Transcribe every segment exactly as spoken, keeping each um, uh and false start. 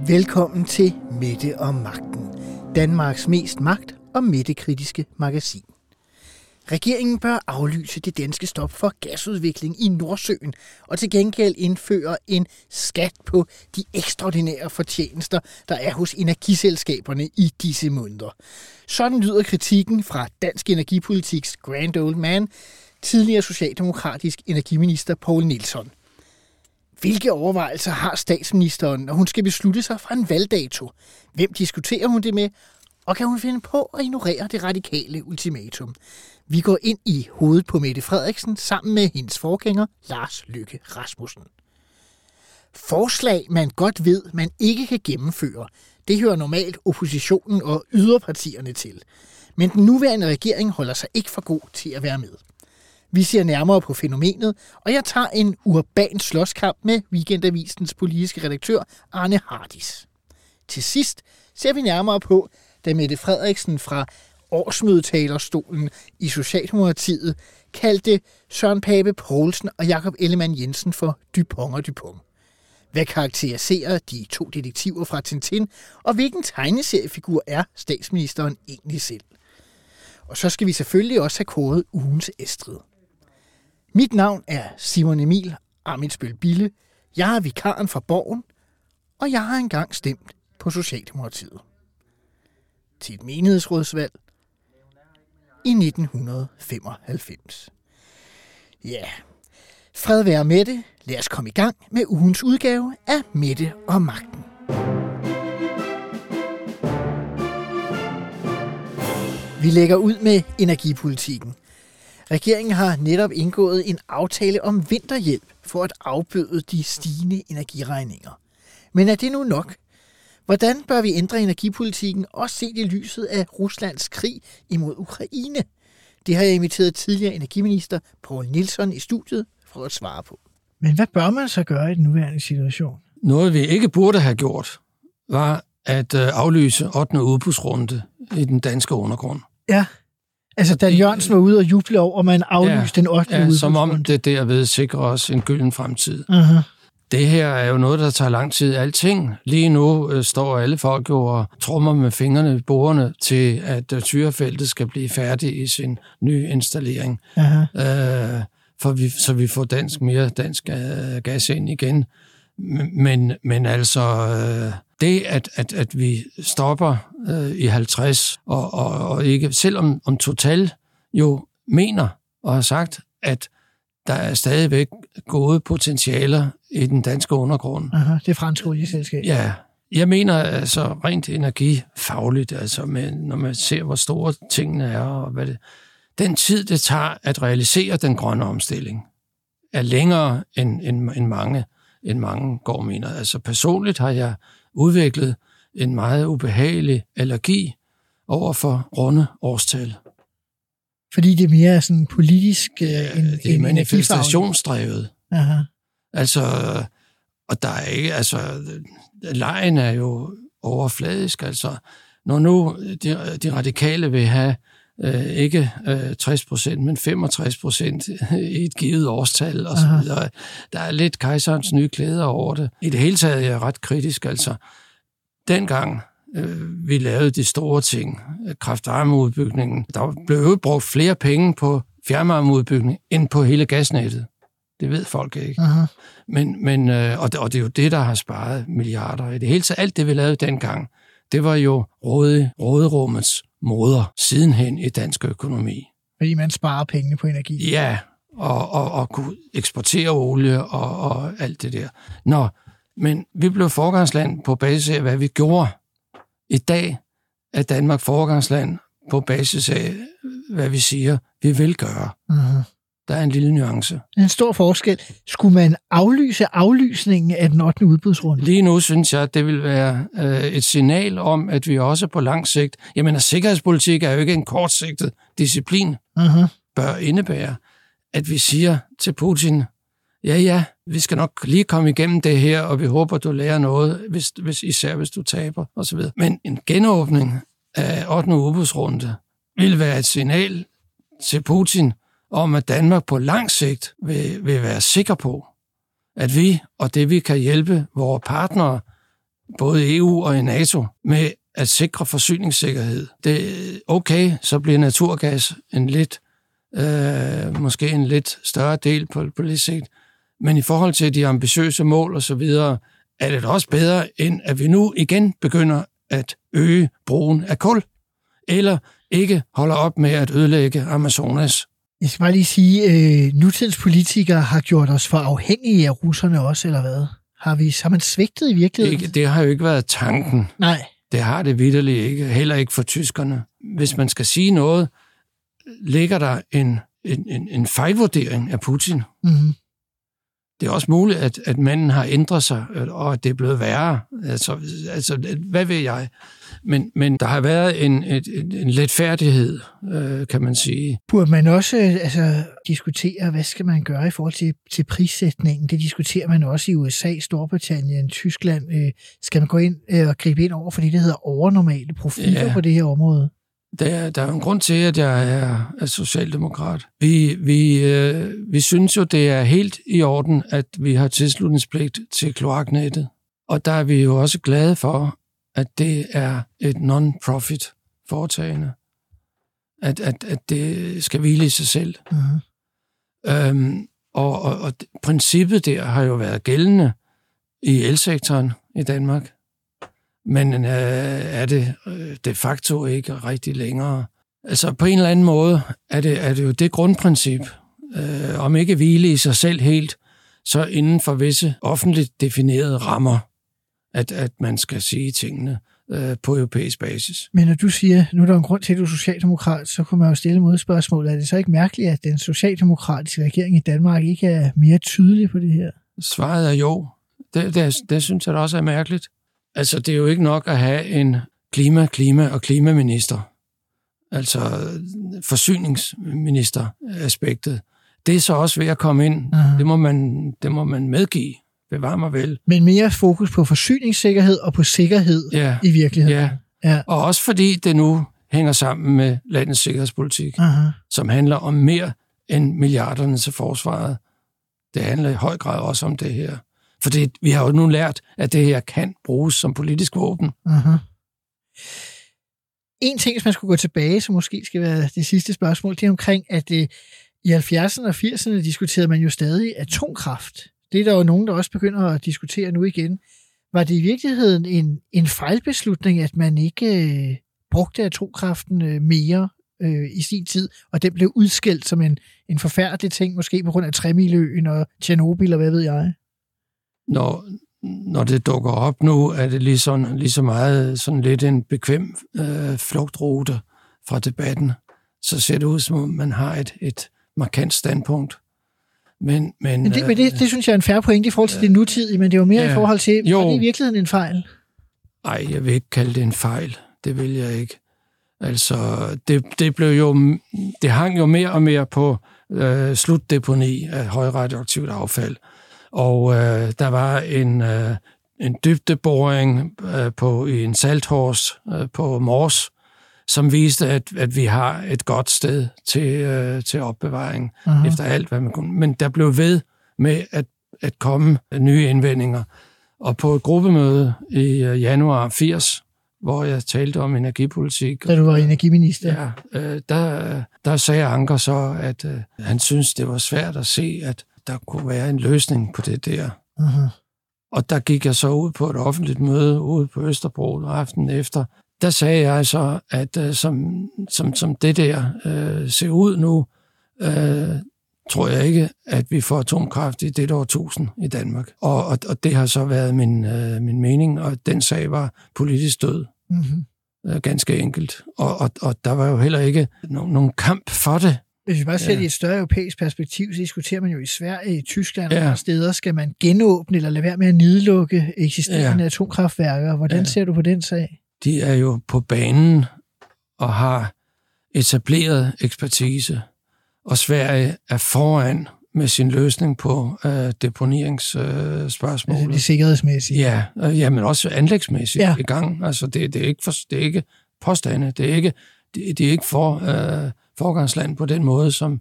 Velkommen til Mette og Magten, Danmarks mest magt- og mættekritiske magasin. Regeringen bør aflyse det danske stop for gasudvikling i Nordsøen og til gengæld indføre en skat på de ekstraordinære fortjenester, der er hos energiselskaberne i disse måneder. Sådan lyder kritikken fra dansk energipolitiks grand old man, tidligere socialdemokratisk energiminister Poul Nielson. Hvilke overvejelser har statsministeren, når hun skal beslutte sig for en valgdato? Hvem diskuterer hun det med? Og kan hun finde på at ignorere det radikale ultimatum? Vi går ind i hovedet på Mette Frederiksen sammen med hendes forgænger, Lars Løkke Rasmussen. Forslag, man godt ved, man ikke kan gennemføre, det hører normalt oppositionen og yderpartierne til. Men den nuværende regering holder sig ikke for god til at være med. Vi ser nærmere på fænomenet, og jeg tager en urban slåskamp med Weekendavisens politiske redaktør Arne Hardis. Til sidst ser vi nærmere på, da Mette Frederiksen fra årsmødetalerstolen i Socialdemokratiet kaldte Søren Pape Poulsen og Jakob Ellemann-Jensen for Dupont og Dupont. Hvad karakteriserer de to detektiver fra Tintin, og hvilken tegneseriefigur er statsministeren egentlig selv? Og så skal vi selvfølgelig også have kåret ugens Estrid. Mit navn er Simon Emil Amitsbøl Bille. Jeg er vikaren fra Borgen, og jeg har engang stemt på Socialdemokratiet. Til et menighedsrådsvalg i nitten femoghalvfems. Ja, fred være med det. Lad os komme i gang med ugens udgave af Mette og Magten. Vi lægger ud med energipolitikken. Regeringen har netop indgået en aftale om vinterhjælp for at afbøde de stigende energiregninger. Men er det nu nok? Hvordan bør vi ændre energipolitikken, også set i lyset af Ruslands krig imod Ukraine? Det har jeg inviteret tidligere energiminister Poul Nielson i studiet for at svare på. Men hvad bør man så gøre i den nuværende situation? Noget vi ikke burde have gjort, var at aflyse ottende udbudsrunde i den danske undergrund. Ja, altså Dan Jørgensen var ude og juble over, at man aflyste ja, den ottende ja, udbudsrunde. Som om det derved sikrer os en gylden fremtid. Uh-huh. Det her er jo noget, der tager lang tid. Alting. Lige nu øh, står alle folk jo og trommer med fingrene i bordene til, at øh, Tyrafeltet skal blive færdig i sin nye installering. Uh-huh. Øh, for vi, så vi får dansk, mere dansk øh, gas ind igen. Men, men altså, øh, det at, at, at vi stopper øh, i halvtreds, og, og, og ikke, selvom om Total jo mener og har sagt, at der er stadigvæk gode potentialer i den danske undergrund. Aha, det er franske olieselskab. Ja, jeg mener altså rent energifagligt, altså med, når man ser, hvor store tingene er, og hvad det, den tid, det tager at realisere den grønne omstilling, er længere end, end, end, mange, end mange går mener. Altså personligt har jeg udviklet en meget ubehagelig allergi over for runde årstal. Fordi det er mere sådan politisk øh, ja, en, det er manifestationsdrevet. Aha. Altså, og der er ikke, altså, lejen er jo overfladisk, altså, når nu de, de radikale vil have øh, ikke øh, tres procent, men femogtres procent i et givet årstal, og så videre. Der er lidt kejserens nye klæder over det. I det hele taget er jeg ret kritisk, altså. Dengang øh, vi lavede de store ting, kraft-varme-udbygningen, der blev jo brugt flere penge på fjernvarmeudbygning end på hele gasnettet. Det ved folk ikke. Uh-huh. Men, men, øh, og, det, og det er jo det, der har sparet milliarder. I det hele taget, alt det, vi lavede dengang, det var jo råde, råderummets moder sidenhen i dansk økonomi. Fordi man sparer pengene på energi. Ja, og, og, og kunne eksportere olie og, og alt det der. Nå, men vi blev foregangsland på basis af, hvad vi gjorde. I dag er Danmark foregangsland på basis af, hvad vi siger, vi vil gøre. Uh-huh. Der er en lille nuance. En stor forskel. Skulle man aflyse aflysningen af den ottende udbudsrunde? Lige nu synes jeg, at det vil være øh, et signal om, at vi også på lang sigt, jeg mener, sikkerhedspolitik er jo ikke en kortsigtet disciplin, uh-huh. bør indebære, at vi siger til Putin, ja, ja, vi skal nok lige komme igennem det her, og vi håber, du lærer noget, hvis, hvis, især hvis du taber, osv. Men en genåbning af ottende udbudsrunde vil være et signal til Putin om, at Danmark på lang sigt vil, vil være sikker på, at vi og det, vi kan hjælpe vores partnere både E U og i NATO med at sikre forsyningssikkerhed. Det, okay, så bliver naturgas en lidt, øh, måske en lidt større del på, på lidt sigt, men i forhold til de ambitiøse mål og så videre, er det også bedre, end at vi nu igen begynder at øge brugen af kul, eller ikke holder op med at ødelægge Amazonas. Jeg skal bare lige sige, at øh, nutidens politikere har gjort os for afhængige af russerne også, eller hvad? Har, vi, har man svigtet i virkeligheden? Ikke, det har jo ikke været tanken. Nej. Det har det vitterligt ikke, heller ikke for tyskerne. Hvis man skal sige noget, ligger der en, en, en, en fejlvurdering af Putin. Mm-hmm. Det er også muligt, at, at manden har ændret sig, og at det er blevet værre. Altså, altså hvad ved jeg? Men, men der har været en, et, en letfærdighed, øh, kan man sige. Burde man også altså, diskutere, hvad skal man gøre i forhold til, til prissætningen? Det diskuterer man også i U S A, Storbritannien, Tyskland. Øh, skal man gå ind øh, og gribe ind over for det, der hedder overnormale profitter ja. på det her område? Der, der er jo en grund til, at jeg er, er socialdemokrat. Vi, vi, øh, vi synes jo, det er helt i orden, at vi har tilslutningspligt til kloaknettet. Og der er vi jo også glade for, at det er et non-profit foretagende. At, at, at det skal hvile i sig selv. Uh-huh. Øhm, og, og, og princippet der har jo været gældende i elsektoren i Danmark. Men øh, er det øh, de facto ikke rigtig længere. Altså på en eller anden måde er det, er det jo det grundprincip, øh, om ikke hvile i sig selv helt, så inden for visse offentligt definerede rammer, at, at man skal sige tingene øh, på europæisk basis. Men når du siger, nu er der en grund til, at du er socialdemokrat, så kunne man jo stille modspørgsmål. Er det så ikke mærkeligt, at den socialdemokratiske regering i Danmark ikke er mere tydelig på det her? Svaret er jo. Det, det, det synes jeg da også er mærkeligt. Altså, det er jo ikke nok at have en klima, klima og klimaminister. Altså, forsyningsminister-aspektet. Det er så også ved at komme ind. Uh-huh. Det må man, det må man medgive. Bevar mig vel. Men mere fokus på forsyningssikkerhed og på sikkerhed ja. i virkeligheden. Ja. ja, og også fordi det nu hænger sammen med landets sikkerhedspolitik, uh-huh. som handler om mere end milliarderne til forsvaret. Det handler i høj grad også om det her. For det, vi har jo nu lært, at det her kan bruges som politisk våben. Uh-huh. En ting, hvis man skulle gå tilbage, som måske skal være det sidste spørgsmål, det er omkring, at det, i halvfjerdserne og firserne diskuterede man jo stadig atomkraft. Det er der jo nogen, der også begynder at diskutere nu igen. Var det i virkeligheden en, en fejlbeslutning, at man ikke øh, brugte atomkraften øh, mere øh, i sin tid, og den blev udskilt som en, en forfærdelig ting, måske på grund af Tremiløen og Tjernobyl, og hvad ved jeg? Når, når det dukker op nu, er det lige, sådan, lige så meget sådan lidt en bekvem øh, flugtrute fra debatten. Så ser det ud, som om man har et, et markant standpunkt. Men, men, men, det, men det, det synes jeg er en fair point i forhold til øh, det nutidige, men det er jo mere ja, i forhold til, jo, var det i virkeligheden en fejl? Nej, jeg vil ikke kalde det en fejl. Det vil jeg ikke. Altså, det, det blev jo, det hang jo mere og mere på øh, slutdeponi af højradioaktivt affald. Og øh, der var en, øh, en dybdeboring øh, på, i en salthors øh, på Mors, som viste, at, at vi har et godt sted til, øh, til opbevaring uh-huh. efter alt, hvad man kunne. Men der blev ved med at, at komme nye indvendinger. Og på et gruppemøde i øh, januar firs, hvor jeg talte om energipolitik. Da du var energiminister. Ja, øh, der, der sagde Anker så, at øh, han synes det var svært at se, at der kunne være en løsning på det der. Uh-huh. Og der gik jeg så ud på et offentligt møde ude på Østerbro aftenen efter. Der sagde jeg så, at uh, som, som, som det der uh, ser ud nu, uh, tror jeg ikke, at vi får atomkraft i dette årtusind i Danmark. Og, og, og det har så været min, uh, min mening, og den sag var politisk død. Uh-huh. Uh, ganske enkelt. Og, og, og der var jo heller ikke no- nogen kamp for det. Hvis vi bare ser ja. det i et større europæisk perspektiv, så diskuterer man jo i Sverige, i Tyskland og ja. andre steder, skal man genåbne eller lade være med at nedlukke eksisterende ja. atomkraftværker. Hvordan ja. ser du på den sag? De er jo på banen og har etableret ekspertise, og Sverige er foran med sin løsning på øh, deponeringsspørgsmålet. Øh, altså det sikkerhedsmæssige? Ja, øh, ja, men også anlægsmæssigt ja. i gang. Altså det, det, er ikke for, det er ikke påstande, det er ikke, det, det er ikke for... Øh, forgangsland på den måde, som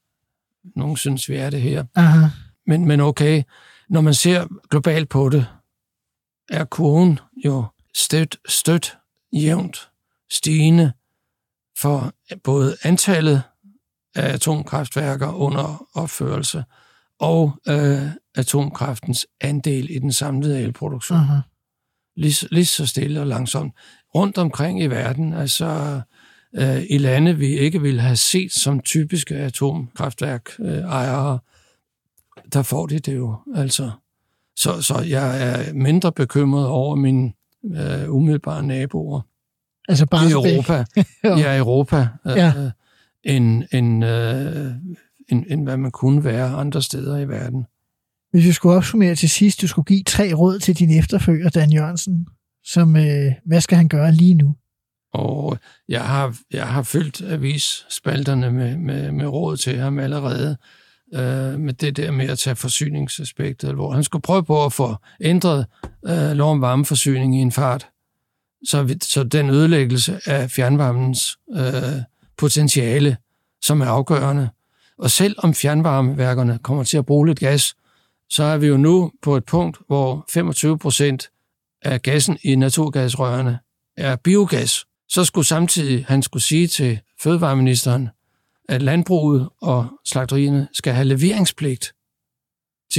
nogen synes, vi er det her. Aha. Men, men okay, når man ser globalt på det, er kurven jo stødt, stødt jævnt stigende for både antallet af atomkraftværker under opførelse og øh, atomkraftens andel i den samlede elproduktion. Uh-huh. Lige, lige så stille og langsomt. Rundt omkring i verden, altså øh, i lande, vi ikke ville have set som typiske atomkraftværk-ejere, øh, der får de det jo. Altså. Så, så jeg er mindre bekymret over mine øh, umiddelbare naboer altså bare i Europa, ja, i Europa øh, ja. end, end, øh, end, end hvad man kunne være andre steder i verden. Hvis vi skulle opsummere til sidst, du skulle give tre råd til din efterfølger, Dan Jørgensen, som, øh, hvad skal han gøre lige nu? Og jeg har, jeg har fyldt avisspalterne med, med, med råd til ham allerede, øh, med det der med at tage forsyningsaspektet, hvor han skulle prøve på at få ændret øh, lov om varmeforsyning i en fart, så, vi, så den ødelæggelse af fjernvarmens øh, potentiale, som er afgørende. Og selv om fjernvarmeværkerne kommer til at bruge lidt gas, så er vi jo nu på et punkt, hvor femogtyve procent af gassen i naturgasrørene er biogas. Så skulle samtidig han skulle sige til fødevareministeren, at landbruget og slagterierne skal have leveringspligt til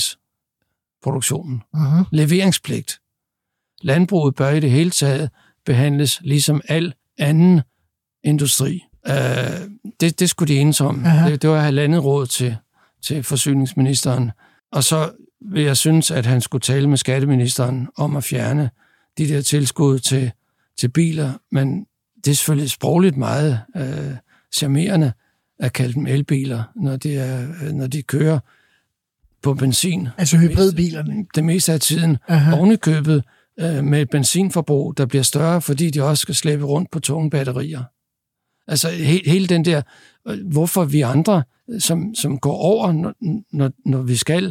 biogasproduktionen. Uh-huh. Leveringspligt. Landbruget bør i det hele taget behandles ligesom al anden industri. Uh, det, det skulle de enes om. Uh-huh. Det, det var halvandet råd til, til forsyningsministeren. Og så vil jeg synes, at han skulle tale med skatteministeren om at fjerne de der tilskud til, til biler, men det er selvfølgelig sprogligt meget øh, charmerende at kalde dem elbiler, når de, er, når de kører på benzin. Altså hybridbilerne? Det meste af tiden. Ovenikøbet øh, med et benzinforbrug, der bliver større, fordi de også skal slæbe rundt på tunge batterier. Altså he, hele den der, hvorfor vi andre, som, som går over, når, når, når vi skal,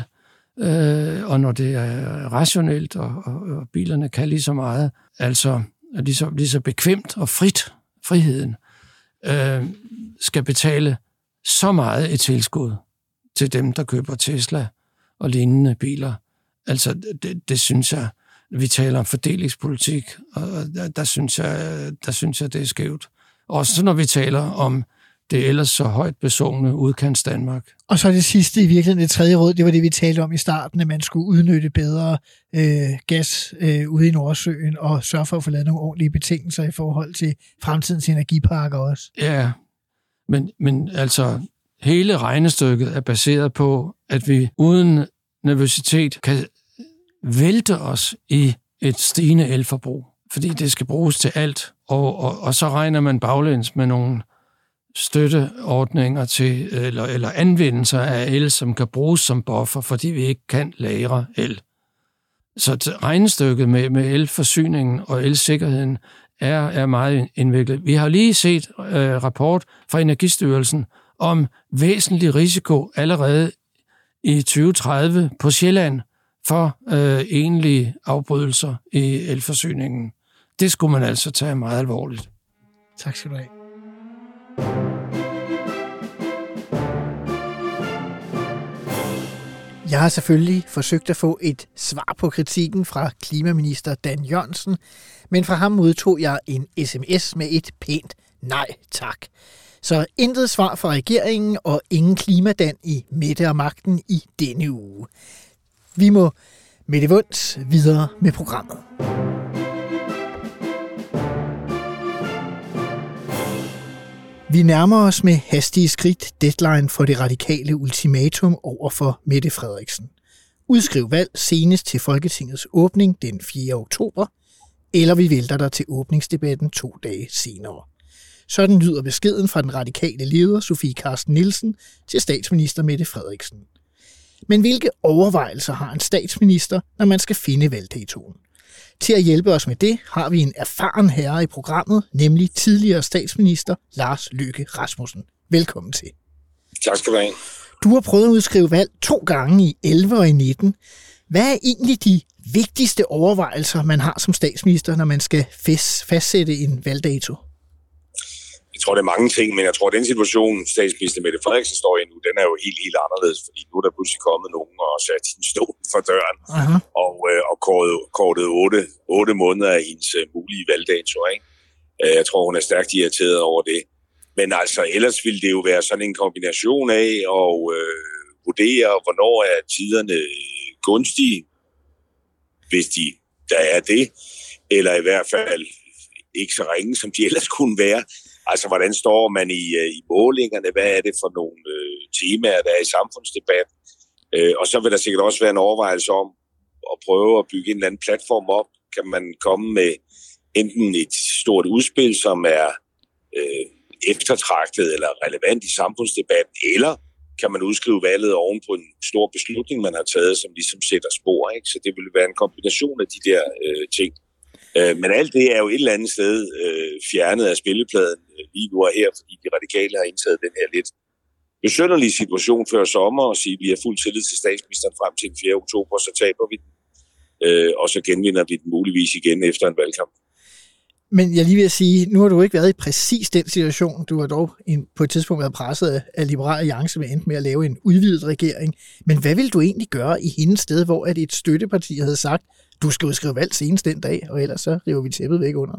øh, og når det er rationelt, og, og, og bilerne kan lige så meget, altså lige så, lige så bekvemt og frit, friheden, øh, skal betale så meget et tilskud til dem, der køber Tesla og lignende biler. Altså, det, det synes jeg, vi taler om fordelingspolitik, og der, der, synes jeg, der synes jeg, det er skævt. Også når vi taler om det ellers så højt besungne udkants Danmark. Og så det sidste, i virkeligheden det tredje råd, det var det, vi talte om i starten, at man skulle udnytte bedre øh, gas øh, ude i Nordsøen og sørge for at få lavet nogle ordentlige betingelser i forhold til fremtidens energiparker også. Ja, men, men altså hele regnestykket er baseret på, at vi uden nervøsitet kan vælte os i et stigende elforbrug, fordi det skal bruges til alt. Og, og, og så regner man baglæns med nogle støtteordninger til, eller, eller anvendelser af el, som kan bruges som buffer, fordi vi ikke kan lagre el. Så regnestykket med, med elforsyningen og elsikkerheden er, er meget indviklet. Vi har lige set øh, rapport fra Energistyrelsen om væsentlig risiko allerede i tyve tredive på Sjælland for øh, egentlige afbrydelser i elforsyningen. Det skulle man altså tage meget alvorligt. Tak skal du have. Jeg har selvfølgelig forsøgt at få et svar på kritikken fra klimaminister Dan Jørgensen, men fra ham modtog jeg en sms med et pænt nej tak. Så intet svar fra regeringen og ingen klimadan i Mette og Magten i denne uge. Vi må med det vundt videre med programmet. Vi nærmer os med hastige skridt deadline for det radikale ultimatum over for Mette Frederiksen. Udskriv valg senest til Folketingets åbning den fjerde oktober, eller vi vælter dig til åbningsdebatten to dage senere. Sådan lyder beskeden fra den radikale leder Sofie Carsten Nielsen til statsminister Mette Frederiksen. Men hvilke overvejelser har en statsminister, når man skal finde valgdatoen? Til at hjælpe os med det har vi en erfaren herre i programmet, nemlig tidligere statsminister Lars Løkke Rasmussen. Velkommen til. Tak skal du have. Du har prøvet at udskrive valg to gange i elleve og i nitten. Hvad er egentlig de vigtigste overvejelser, man har som statsminister, når man skal fastsætte en valgdato? Jeg tror, det er mange ting, men jeg tror, at den situation, statsminister Mette Frederiksen står i nu, den er jo helt, helt anderledes, fordi nu er der pludselig kommet nogen og sat sin stol for døren, uh-huh. og, øh, og kortet, kortet otte, otte måneder af hendes øh, mulige valgdato, ikke? Jeg tror, hun er stærkt irriteret over det. Men altså, ellers ville det jo være sådan en kombination af at øh, vurdere, hvornår er tiderne gunstige, hvis de der er det, eller i hvert fald ikke så ringe, som de ellers kunne være. Altså, hvordan står man i, i målingerne? Hvad er det for nogle øh, temaer, der er i samfundsdebat? Øh, og så vil der sikkert også være en overvejelse om at prøve at bygge en eller anden platform op. Kan man komme med enten et stort udspil, som er øh, eftertragtet eller relevant i samfundsdebatten, eller kan man udskrive valget oven på en stor beslutning, man har taget, som ligesom sætter spor, ikke? Så det vil være en kombination af de der øh, ting. Øh, men alt det er jo et eller andet sted øh, fjernet af spillepladen øh, lige nu og her, fordi de radikale har indtaget den her lidt besynderlige situation før sommer og sige, at vi har fuld tillid til statsministeren frem til den fjerde oktober, så taber vi den. Øh, og så genvinder vi den muligvis igen efter en valgkamp. Men jeg lige vil sige, nu har du ikke været i præcis den situation. Du har dog på et tidspunkt været presset af Liberal Alliance med endte med at lave en udvidet regering. Men hvad vil du egentlig gøre i hendes sted, hvor et støtteparti havde sagt, du skal udskrive valg senest den dag, og ellers så river vi tæppet væk under?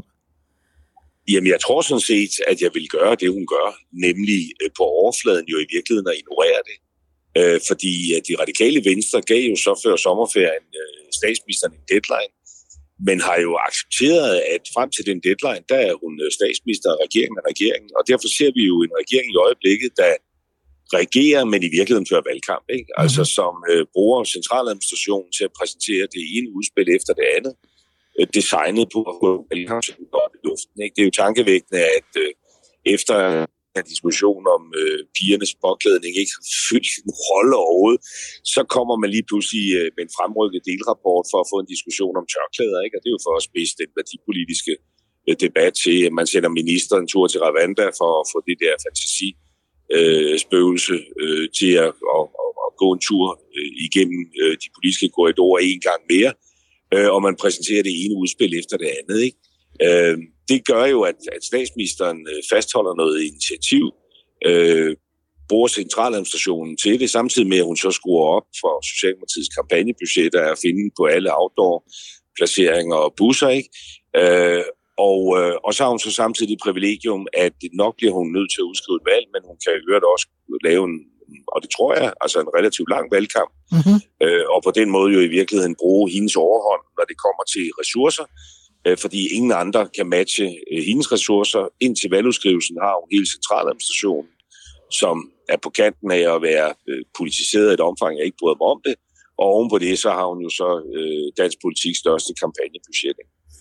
Jamen, jeg tror sådan set, at jeg vil gøre det, hun gør, nemlig på overfladen jo i virkeligheden at ignorere det. Øh, fordi de radikale venstre gav jo så før sommerferien øh, statsministeren en deadline, men har jo accepteret, at frem til den deadline, der er hun statsminister og regeringen af regeringen, og derfor ser vi jo en regering i øjeblikket, der regerer, men i virkeligheden fører valgkamp, ikke? Mm-hmm. Altså som øh, bruger centraladministrationen til at præsentere det ene udspil efter det andet, øh, designet på at gå valgkamp i luften, ikke? Det er jo tankevækkende, at øh, efter en diskussion om øh, pigernes påklædning ikke har fyldt en rolle overhovedet, så kommer man lige pludselig øh, med en fremrykket delrapport for at få en diskussion om tørklæder, ikke? Og det er jo for os bedst den værdipolitiske øh, debat til, at man sender ministeren en tur til Rwanda for at få det der fantasi øh, spøgelse øh, til at, at, at, at gå en tur øh, igennem øh, de politiske korridorer en gang mere, øh, og man præsenterer det ene udspil efter det andet, ikke? Øh, det gør jo, at, at statsministeren øh, fastholder noget initiativ, øh, bruger centraladministrationen til det, samtidig med, at hun så skruer op for Socialdemokratiets kampagnebudgetter at finde på alle outdoor-placeringer og busser, ikke? Øh, og, øh, og så har hun så samtidig det privilegium, at nok bliver hun nødt til at udskrive et valg, men hun kan jo også lave en, og det tror jeg, altså en relativt lang valgkamp, mm-hmm. øh, og på den måde jo i virkeligheden bruge hendes overhånd, når det kommer til ressourcer, fordi ingen andre kan matche øh, hendes ressourcer. Indtil valgudskrivelsen har hun hele centraladministrationen, som er på kanten af at være øh, politiseret i et omfang, jeg ikke bryder mig om det. Og ovenpå det, så har hun jo så øh, dansk politiks største kampagnebudget.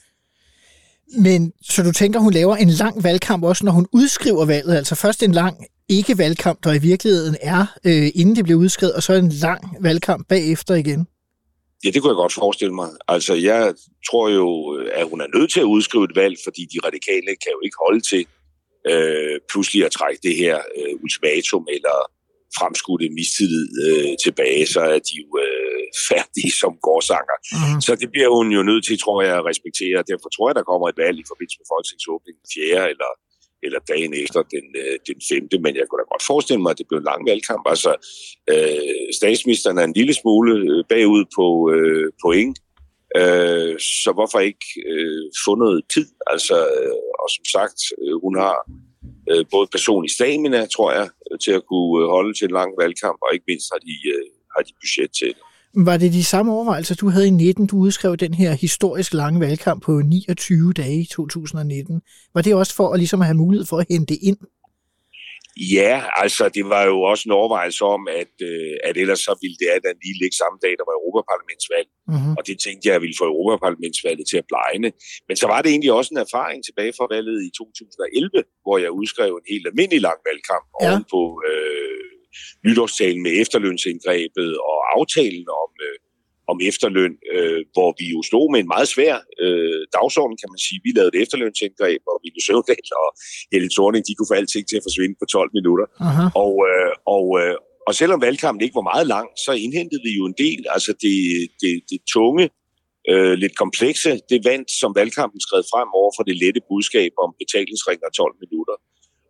Men så du tænker, hun laver en lang valgkamp også, når hun udskriver valget? Altså først en lang ikke-valgkamp, der i virkeligheden er, øh, inden det bliver udskrevet, og så en lang valgkamp bagefter igen? Ja, det kunne jeg godt forestille mig. Altså, jeg tror jo, at hun er nødt til at udskrive et valg, fordi de radikale kan jo ikke holde til øh, pludselig at trække det her øh, ultimatum eller fremskudte mistillid øh, tilbage, så er de jo øh, færdige som gårdsanger. Mm-hmm. Så det bliver hun jo nødt til, tror jeg, at respektere. Derfor tror jeg, der kommer et valg i forbindelse med folketingsåbningen den fjerde eller eller dagen efter den, den femte, men jeg kunne da godt forestille mig, at det blev en lang valgkamp. Altså, øh, statsministeren er en lille smule bagud på øh, point, øh, så hvorfor ikke øh, få noget tid? Altså, øh, og som sagt, øh, hun har øh, både personlig stamina, tror jeg, til at kunne holde til en lang valgkamp, og ikke mindst har de, øh, har de budget til det. Var det de samme overvejelser, du havde i nitten? Du udskrev den her historisk lange valgkamp på niogtyve dage i to tusind nitten. Var det også for at, ligesom at have mulighed for at hente ind? Ja, altså det var jo også en overvejelse om, at, at ellers så ville det andet lige ligge samme dag, der var Europaparlamentsvalg. Mm-hmm. Og det tænkte jeg, at jeg ville få Europaparlamentsvalget til at blegne. Men så var det egentlig også en erfaring tilbage fra valget i to tusind elleve, hvor jeg udskrev en helt almindelig lang valgkamp ja. oven på øh, nytårstalen med efterlønsindgrebet og aftalen om, øh, om efterløn, øh, hvor vi jo stod med en meget svær øh, dagsorden, kan man sige. Vi lavede et efterlønsindgreb, og Villy Søvndal og Helle Thorning, de kunne få alting til at forsvinde på tolv minutter. Uh-huh. Og, øh, og, øh, og selvom valgkampen ikke var meget lang, så indhentede vi jo en del. Altså det, det, det tunge, øh, lidt komplekse, det vandt som valgkampen skred frem over for det lette budskab om betalingsring og tolv minutter.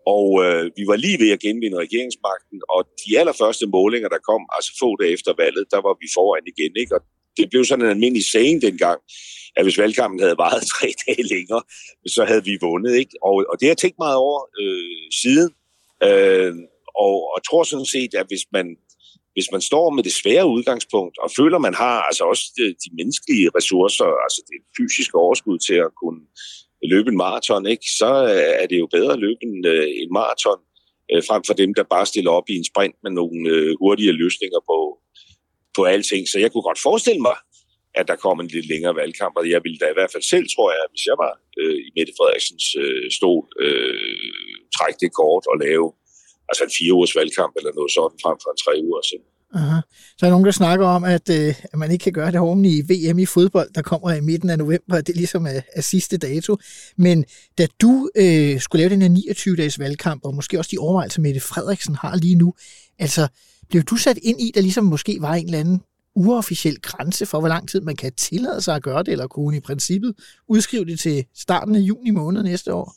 Og øh, vi var lige ved at genvinde regeringsmagten, og de allerførste målinger, der kom, altså få dage efter valget, der var vi foran igen, ikke? Og det blev sådan en almindelig saying dengang, at hvis valgkampen havde varet tre dage længere, så havde vi vundet, ikke? Og, og det har jeg tænkt meget over øh, siden, øh, og, og tror sådan set, at hvis man, hvis man står med det svære udgangspunkt, og føler, man har altså også de, de menneskelige ressourcer, altså det fysiske overskud til at kunne løbe en maraton, ikke? Så er det jo bedre at løbe en, en maraton, øh, frem for dem, der bare stiller op i en sprint med nogle øh, hurtige løsninger på, på alting. Så jeg kunne godt forestille mig, at der kom en lidt længere valgkamp, og jeg ville da i hvert fald selv, tror jeg, hvis jeg var øh, i Mette Frederiksens øh, stol, øh, trække det kort og lave altså en fire ugers valgkamp eller noget sådan, frem for en tre uger siden. Aha. Så er nogen, der snakker om, at, øh, at man ikke kan gøre det ordentligt i V M i fodbold, der kommer i midten af november, det ligesom er, er sidste dato. Men da du øh, skulle lave den her niogtyve-dages valgkamp, og måske også de overvejelser, Mette Frederiksen har lige nu, altså blev du sat ind i, der ligesom måske var en eller anden uofficiel grænse for, hvor lang tid man kan tillade sig at gøre det, eller kunne hun i princippet udskrive det til starten af juni måned næste år?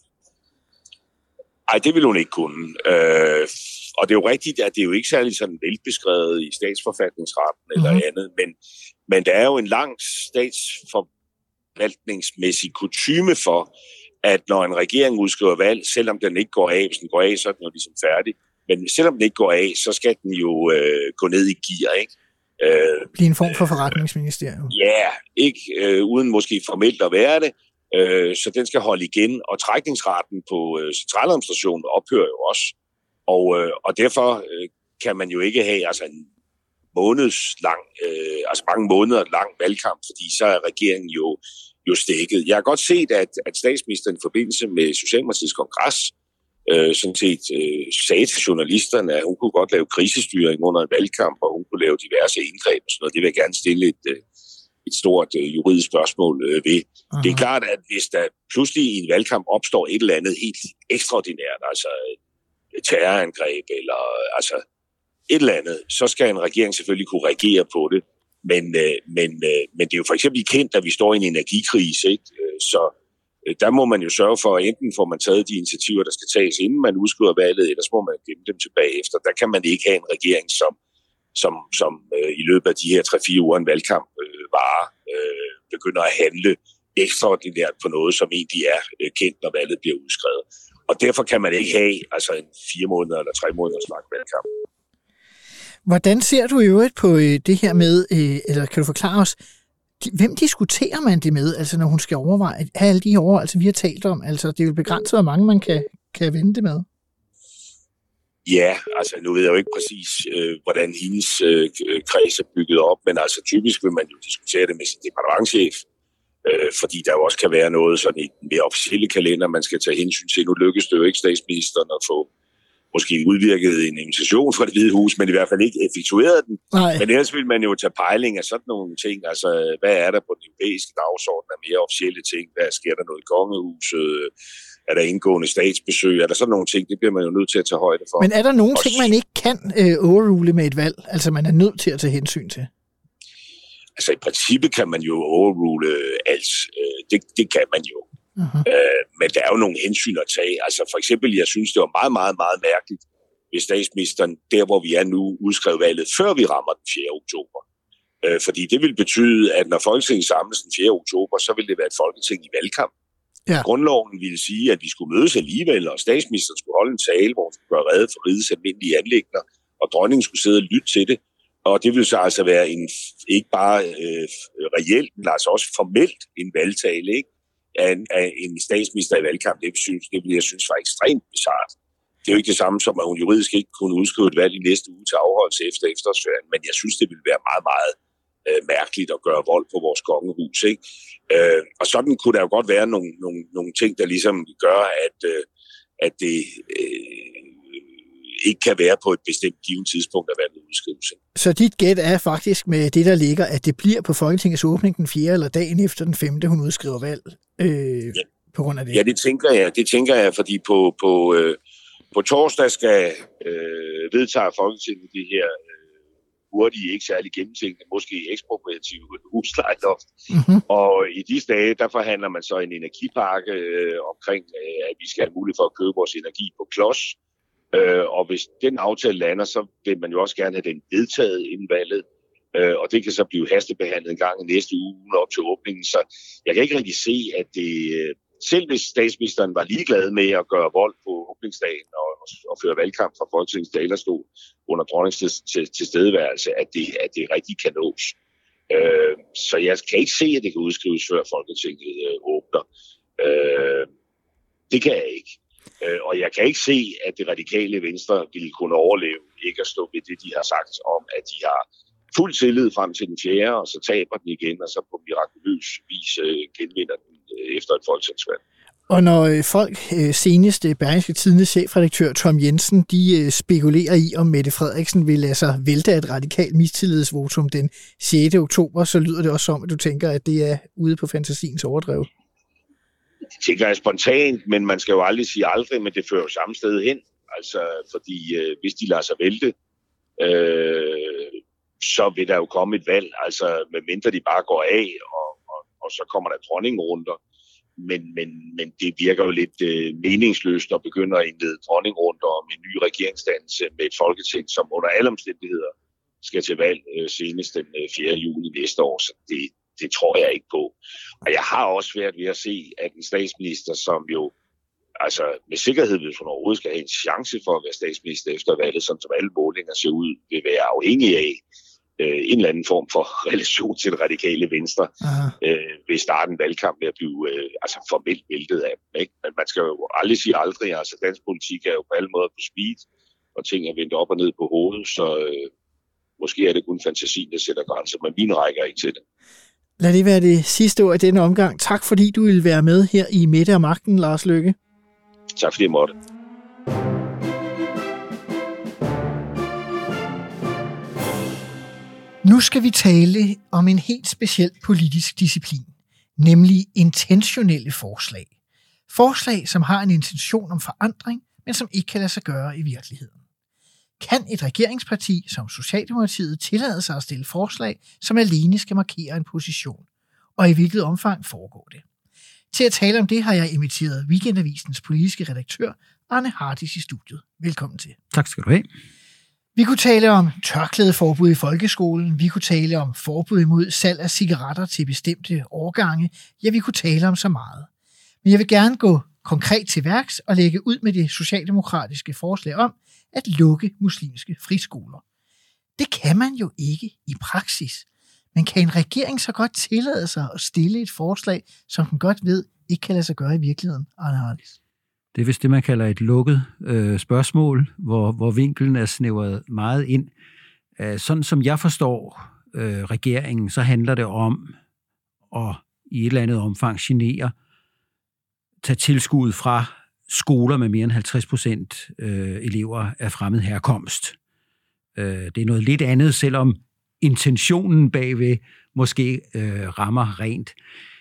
Nej, det vil hun ikke kunne. Øh, og det er jo rigtigt, at det er jo ikke særlig sådan velbeskrevet i statsforfatningsretten eller mm-hmm. andet, men, men der er jo en lang statsforvaltningsmæssig kutyme for, at når en regering udskriver valg, selvom den ikke går af, hvis den går af, så er den jo ligesom færdig, men selvom den ikke går af, så skal den jo øh, gå ned i gear, ikke? Øh, Blive en form for forretningsministerium. Ja, yeah, ikke øh, uden måske formelt at være det. Øh, så den skal holde igen, og trækningsretten på øh, centraladministrationen ophører jo også. Og, øh, og derfor øh, kan man jo ikke have altså en måneds lang, øh, altså mange måneder lang valgkamp, fordi så er regeringen jo, jo stækket. Jeg har godt set, at, at statsministeren i forbindelse med Socialdemokratiets kongres øh, sådan set øh, sagde til journalisterne, at hun kunne godt lave krisestyring under en valgkamp, og hun kunne lave diverse indgreb og sådan noget. Det vil jeg gerne stille et, et stort øh, juridisk spørgsmål øh, ved. Aha. Det er klart, at hvis der pludselig i en valgkamp opstår et eller andet helt ekstraordinært, altså et terrorangreb eller altså et eller andet, så skal en regering selvfølgelig kunne reagere på det. Men, øh, men, øh, men det er jo for eksempel kendt, at vi står i en energikrise, ikke? Så øh, der må man jo sørge for, at enten får man taget de initiativer, der skal tages, inden man udskriver valget, eller så må man gemme dem tilbage efter. Der kan man ikke have en regering, som, som, som øh, i løbet af de her tre-fire uger en valgkamp øh, varer, øh, begynder at handle ekstraordinært på noget, som egentlig er øh, kendt, når valget bliver udskrevet. Og derfor kan man ikke have altså en fire måneder eller tre måneders lang valgkamp. Hvordan ser du i øvrigt på øh, det her med, øh, eller kan du forklare os, hvem diskuterer man det med, altså når hun skal overveje alle de år, altså vi har talt om, altså det er jo begrænset, hvor mange man kan, kan vende det med? Ja, altså nu ved jeg jo ikke præcis, øh, hvordan hendes øh, kreds er bygget op, men altså typisk vil man jo diskutere det med sin departementschef, øh, fordi der jo også kan være noget sådan i den mere officielle kalender, man skal tage hensyn til. Nu lykkes det jo ikke statsministeren at få måske udvirket en invitation fra Det Hvide Hus, men i hvert fald ikke effektueret den. Nej. Men ellers vil man jo tage pejling af sådan nogle ting. Altså, hvad er der på den europæiske dagsorden af mere officielle ting? Hvad sker der noget i kongehuset? Er der indgående statsbesøg? Er der sådan nogle ting? Det bliver man jo nødt til at tage højde for. Men er der nogle ting, man ikke kan øh, overrule med et valg? Altså, man er nødt til at tage hensyn til? Altså, i princippet kan man jo overrule alt. Det, det kan man jo. Uh-huh. Øh, men der er jo nogle hensyn at tage. Altså for eksempel, jeg synes, det var meget, meget, meget mærkeligt, hvis statsministeren, der hvor vi er nu, udskrev valget, før vi rammer den fjerde oktober. Øh, fordi det vil betyde, at når Folketinget samles den fjerde oktober, så vil det være et folketing i valgkamp. Ja. Grundloven ville sige, at vi skulle mødes alligevel, og statsministeren skulle holde en tale, hvor hun skulle gøre rede for rigets almindelige anliggender, og dronningen skulle sidde og lytte til det. Og det vil så altså være en, ikke bare øh, reelt, men altså også formelt en valgtale, ikke? Af en, af en statsminister i valgkamp, det, synes, det vil jeg synes var ekstremt bizarrt. Det er jo ikke det samme som, at hun juridisk ikke kunne udskrive et valg i næste uge til afholdelse efter efterårsferien, men jeg synes, det ville være meget, meget øh, mærkeligt at gøre vold på vores kongehus, ikke? Øh, og sådan kunne der jo godt være nogle, nogle, nogle ting, der ligesom gør, at, øh, at det øh, ikke kan være på et bestemt givet tidspunkt af valget udskrivelse. Så dit gæt er faktisk med det, der ligger, at det bliver på Folketingets åbning den fjerde eller dagen efter den femte, hun udskriver valg øh, ja. På grund af det? Ja, det tænker jeg. Det tænker jeg, fordi på, på, øh, på torsdag skal øh, vedtage Folketinget de her øh, hurtige, ikke særlig gennemtænkte, måske ekspropriative huslejeloft. Mm-hmm. Og i disse dage, der forhandler man så en energipakke øh, omkring, øh, at vi skal have mulighed for at købe vores energi på klods. Øh, og hvis den aftale lander, så vil man jo også gerne have den vedtaget inden valget. Øh, og det kan så blive hastebehandlet en gang i næste uge op til åbningen. Så jeg kan ikke rigtig se, at det... Øh, selv hvis statsministeren var ligeglad med at gøre vold på åbningsdagen og, og føre valgkamp fra Folketingets talerstol under dronningens til, til, tilstedeværelse, at det, at det rigtig kan nås. Øh, så jeg kan ikke se, at det kan udskrives før Folketinget øh, åbner. Øh, det kan jeg ikke. Øh, og jeg kan ikke se, at det radikale Venstre ville kunne overleve ikke at stå ved det, de har sagt om, at de har fuld tillid frem til den fjerde, og så taber den igen, og så på mirakuløs vis øh, genvinder den øh, efter et folketingsvalg. Og når øh, folk, øh, senest øh, Berlingske Tidendes chefredaktør Tom Jensen, de øh, spekulerer i, om Mette Frederiksen vil lade sig vælte af et radikalt mistillidsvotum den sjette oktober, så lyder det også som, at du tænker, at det er ude på fantasiens overdrev. Det tænker jeg spontant, men man skal jo aldrig sige aldrig, men det fører jo samme sted hen. Altså, fordi øh, hvis de lader sig vælte, øh, så vil der jo komme et valg, altså medmindre de bare går af, og, og, og så kommer der dronningrunder. Men, men, men det virker jo lidt øh, meningsløst at begynde at indlede dronningrunder om en ny regeringsdannelse med et folketing, som under alle omstændigheder skal til valg øh, senest den øh, fjerde juni næste år. Så det, det tror jeg ikke på. Og jeg har også svært ved at se, at en statsminister, som jo altså med sikkerhed, hvis hun overhovedet skal have en chance for at være statsminister efter valget, sådan som alle målinger ser ud, vil være afhængig af øh, en eller anden form for relation til det radikale Venstre, øh, vil starte en valgkamp med at blive øh, altså formelt væltet af dem. Ikke? Men man skal jo aldrig sige aldrig. Altså dansk politik er jo på alle måder på speed, og ting er vendt op og ned på hovedet, så øh, måske er det kun fantasien, der sætter grænser, men mine rækker ikke til det. Lad det være det sidste ord i denne omgang. Tak fordi du ville være med her i Mette og Magten, Lars Løkke. Tak fordi jeg måtte. Nu skal vi tale om en helt speciel politisk disciplin, nemlig intentionelle forslag. Forslag, som har en intention om forandring, men som ikke kan lade sig gøre i virkeligheden. Kan et regeringsparti som Socialdemokratiet tillade sig at stille forslag, som alene skal markere en position? Og i hvilket omfang foregår det? Til at tale om det har jeg inviteret Weekendavisens politiske redaktør, Arne Hardis, i studiet. Velkommen til. Tak skal du have. Vi kunne tale om tørklædeforbud i folkeskolen. Vi kunne tale om forbud imod salg af cigaretter til bestemte årgange. Ja, vi kunne tale om så meget. Men jeg vil gerne gå konkret til værks og lægge ud med det socialdemokratiske forslag om at lukke muslimske friskoler. Det kan man jo ikke i praksis. Men kan en regering så godt tillade sig at stille et forslag, som den godt ved ikke kan lade sig gøre i virkeligheden, Arne Hardis? Det er vist det, man kalder et lukket øh, spørgsmål, hvor, hvor vinklen er snævret meget ind. Æh, sådan som jeg forstår øh, regeringen, så handler det om at i et eller andet omfang genere, tage tilskud fra skoler med mere end halvtreds procent øh, elever af fremmed herkomst. Øh, det er noget lidt andet, selvom intentionen bagved måske øh, rammer rent.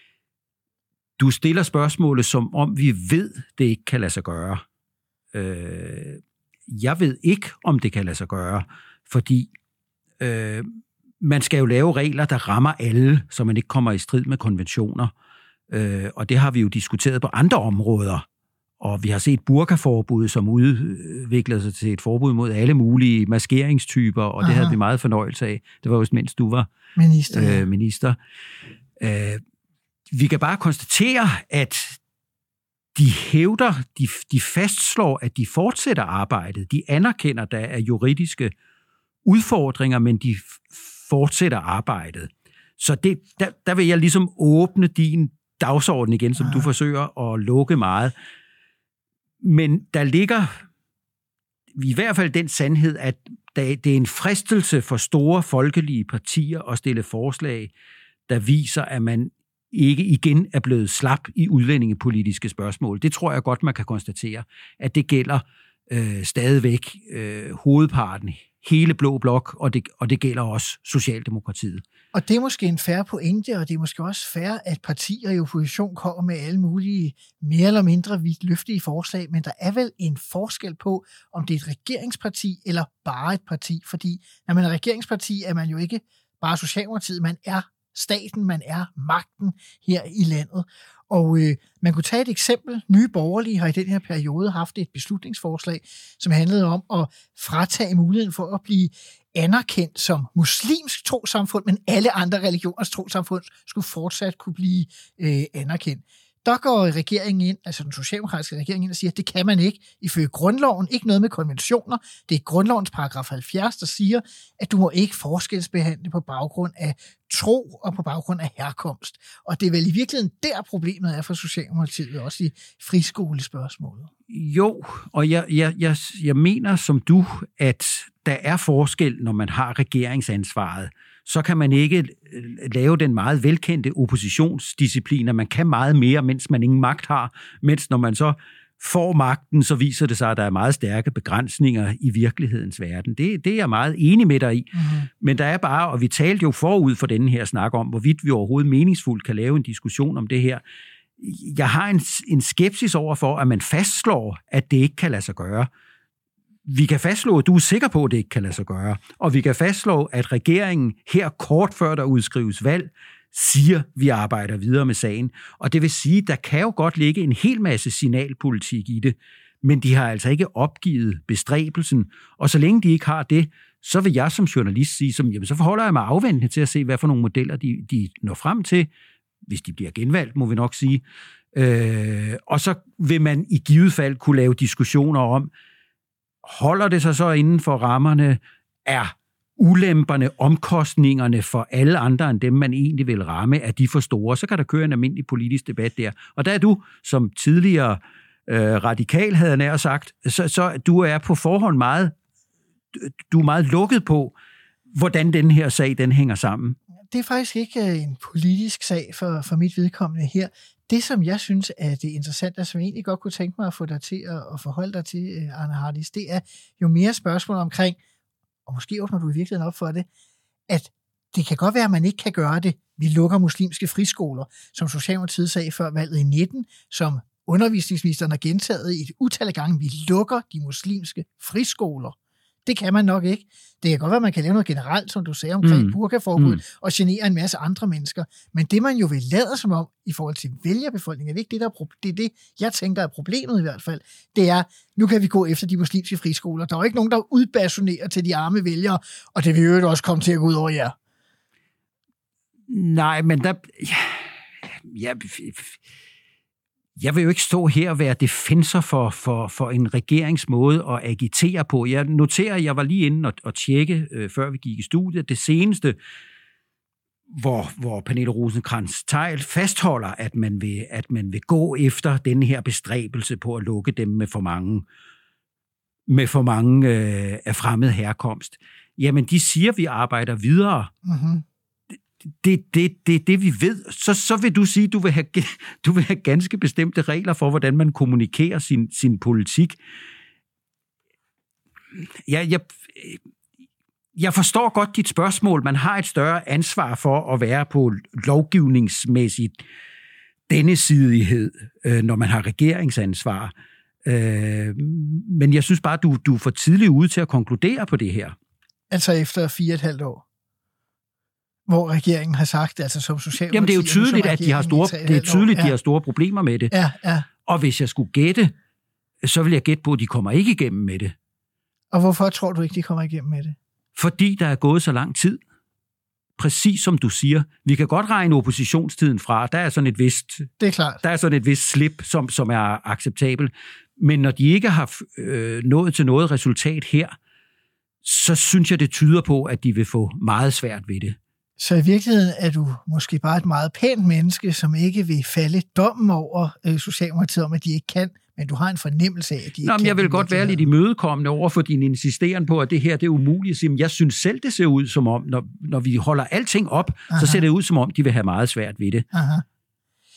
Du stiller spørgsmålet, som om vi ved, det ikke kan lade sig gøre. Øh, jeg ved ikke, om det kan lade sig gøre, fordi øh, man skal jo lave regler, der rammer alle, så man ikke kommer i strid med konventioner. Øh, og det har vi jo diskuteret på andre områder. Og vi har set burkaforbud, som udviklede sig til et forbud mod alle mulige maskeringstyper, og Aha. det havde vi meget fornøjelse af. Det var jo mens du var minister. Øh, minister. Øh, vi kan bare konstatere, at de hævder, de, de fastslår, at de fortsætter arbejdet. De anerkender, der er juridiske udfordringer, men de fortsætter arbejdet. Så det, der, der vil jeg ligesom åbne din dagsorden igen, som Aha. du forsøger at lukke meget. Men der ligger i hvert fald den sandhed, at det er en fristelse for store folkelige partier at stille forslag, der viser, at man ikke igen er blevet slap i udlændingepolitiske spørgsmål. Det tror jeg godt, man kan konstatere, at det gælder øh, stadigvæk øh, hovedparten, hele blå blok, og det, og det gælder også Socialdemokratiet. Og det er måske en fair pointe, og det er måske også fair, at partier i opposition kommer med alle mulige mere eller mindre vidtløftige forslag, men der er vel en forskel på, om det er et regeringsparti eller bare et parti, fordi når man er regeringsparti, er man jo ikke bare Socialdemokratiet, man er staten, man er magten her i landet. Og øh, man kunne tage et eksempel. Nye Borgerlige har i den her periode haft et beslutningsforslag, som handlede om at fratage muligheden for at blive anerkendt som muslimsk trossamfund, men alle andre religioners trossamfund skulle fortsat kunne blive øh, anerkendt. Der går regeringen ind, altså den socialdemokratiske regering ind og siger, at det kan man ikke ifølge grundloven, ikke noget med konventioner. Det er grundlovens paragraf halvfjerds, der siger, at du må ikke forskelsbehandle på baggrund af tro og på baggrund af herkomst. Og det er vel i virkeligheden der problemet er for Socialdemokratiet, også i friskolespørgsmålet. Jo, og jeg, jeg, jeg, jeg mener som du, at der er forskel, når man har regeringsansvaret. Så kan man ikke lave den meget velkendte oppositionsdisciplin, at man kan meget mere, mens man ingen magt har, mens når man så får magten, så viser det sig, at der er meget stærke begrænsninger i virkelighedens verden. Det, det er jeg meget enig med dig i. Mm-hmm. Men der er bare, og vi talte jo forud for denne her snak om, hvorvidt vi overhovedet meningsfuldt kan lave en diskussion om det her. Jeg har en, en skepsis over for, at man fastslår, at det ikke kan lade sig gøre. Vi kan fastslå, at du er sikker på, at det ikke kan lade sig gøre. Og vi kan fastslå, at regeringen her kort før der udskrives valg, siger, at vi arbejder videre med sagen. Og det vil sige, at der kan jo godt ligge en hel masse signalpolitik i det, men de har altså ikke opgivet bestræbelsen. Og så længe de ikke har det, så vil jeg som journalist sige, som, jamen, så forholder jeg mig afventende til at se, hvad for nogle modeller de, de når frem til, hvis de bliver genvalgt, må vi nok sige. Øh, og så vil man i givet fald kunne lave diskussioner om, holder det sig så inden for rammerne, er ulemperne, omkostningerne for alle andre end dem, man egentlig vil ramme, er de for store, så kan der køre en almindelig politisk debat der. Og der er du, som tidligere øh, radikal havde nær sagt, så, så du er på forhånd meget, du er meget lukket på, hvordan den her sag, den hænger sammen. Det er faktisk ikke en politisk sag for, for mit vedkommende her. Det, som jeg synes er det interessante, som jeg egentlig godt kunne tænke mig at få dig til at, at forholde dig til, Arne Hardis, det er jo mere spørgsmål omkring, og måske åbner du i virkeligheden op for det, at det kan godt være, at man ikke kan gøre det. Vi lukker muslimske friskoler, som Socialdemokratiet sagde før valget i nitten, som undervisningsministeren har gentaget i et utal af gange. Vi lukker de muslimske friskoler. Det kan man nok ikke. Det kan godt være, at man kan lave noget generelt, som du sagde, omkring mm. burkaforbud, mm. og genere en masse andre mennesker. Men det, man jo vil lade som om, i forhold til vælgerbefolkningen, er det ikke det, der er, det er det, jeg tænker er problemet i hvert fald. Det er, nu kan vi gå efter de muslimske friskoler. Der er jo ikke nogen, der udbasunerer til de arme vælgere, og det vil jo også komme til at gå ud over jer. Nej, men der... Ja, jeg vil jo ikke stå her og være defensor for, for, for en regeringsmåde at agitere på. Jeg noterer, at jeg var lige inde og, og tjekke, øh, før vi gik i studiet, det seneste, hvor, hvor Pernille Rosenkrantz-Theil fastholder, at man, vil, at man vil gå efter den her bestræbelse på at lukke dem med for mange, med for mange øh, af fremmed herkomst. Jamen, de siger, at vi arbejder videre. Mm-hmm. Det er det, det, det, vi ved. Så, så vil du sige, at du vil have, du vil have ganske bestemte regler for, hvordan man kommunikerer sin, sin politik. Jeg, jeg, jeg forstår godt dit spørgsmål. Man har et større ansvar for at være på lovgivningsmæssigt dennesidighed, når man har regeringsansvar. Men jeg synes bare, at du, du er for tidligt ude til at konkludere på det her. Altså efter fire og et halvt år? Hvor regeringen har sagt, altså som Socialdemokratiet... Jamen det er jo tydeligt, at de har store, det er tydeligt, ja. de har store problemer med det. Ja, ja. Og hvis jeg skulle gætte, så vil jeg gætte på, at de kommer ikke igennem med det. Og hvorfor tror du ikke, de kommer igennem med det? Fordi der er gået så lang tid. Præcis som du siger. Vi kan godt regne oppositionstiden fra. Der er sådan et vist... Det er klart. Der er sådan et vist slip, som, som er acceptabel. Men når de ikke har øh, nået til noget resultat her, så synes jeg, det tyder på, at de vil få meget svært ved det. Så i virkeligheden er du måske bare et meget pænt menneske, som ikke vil falde dommen over øh, Socialdemokratiet om, at de ikke kan, men du har en fornemmelse af, at de ikke Nå, kan. Men jeg vil godt være lidt imødekommende over for din insisteren på, at det her det er umuligt. Jeg synes selv, det ser ud som om, når, når vi holder alting op, Aha. så ser det ud som om, de vil have meget svært ved det. Aha.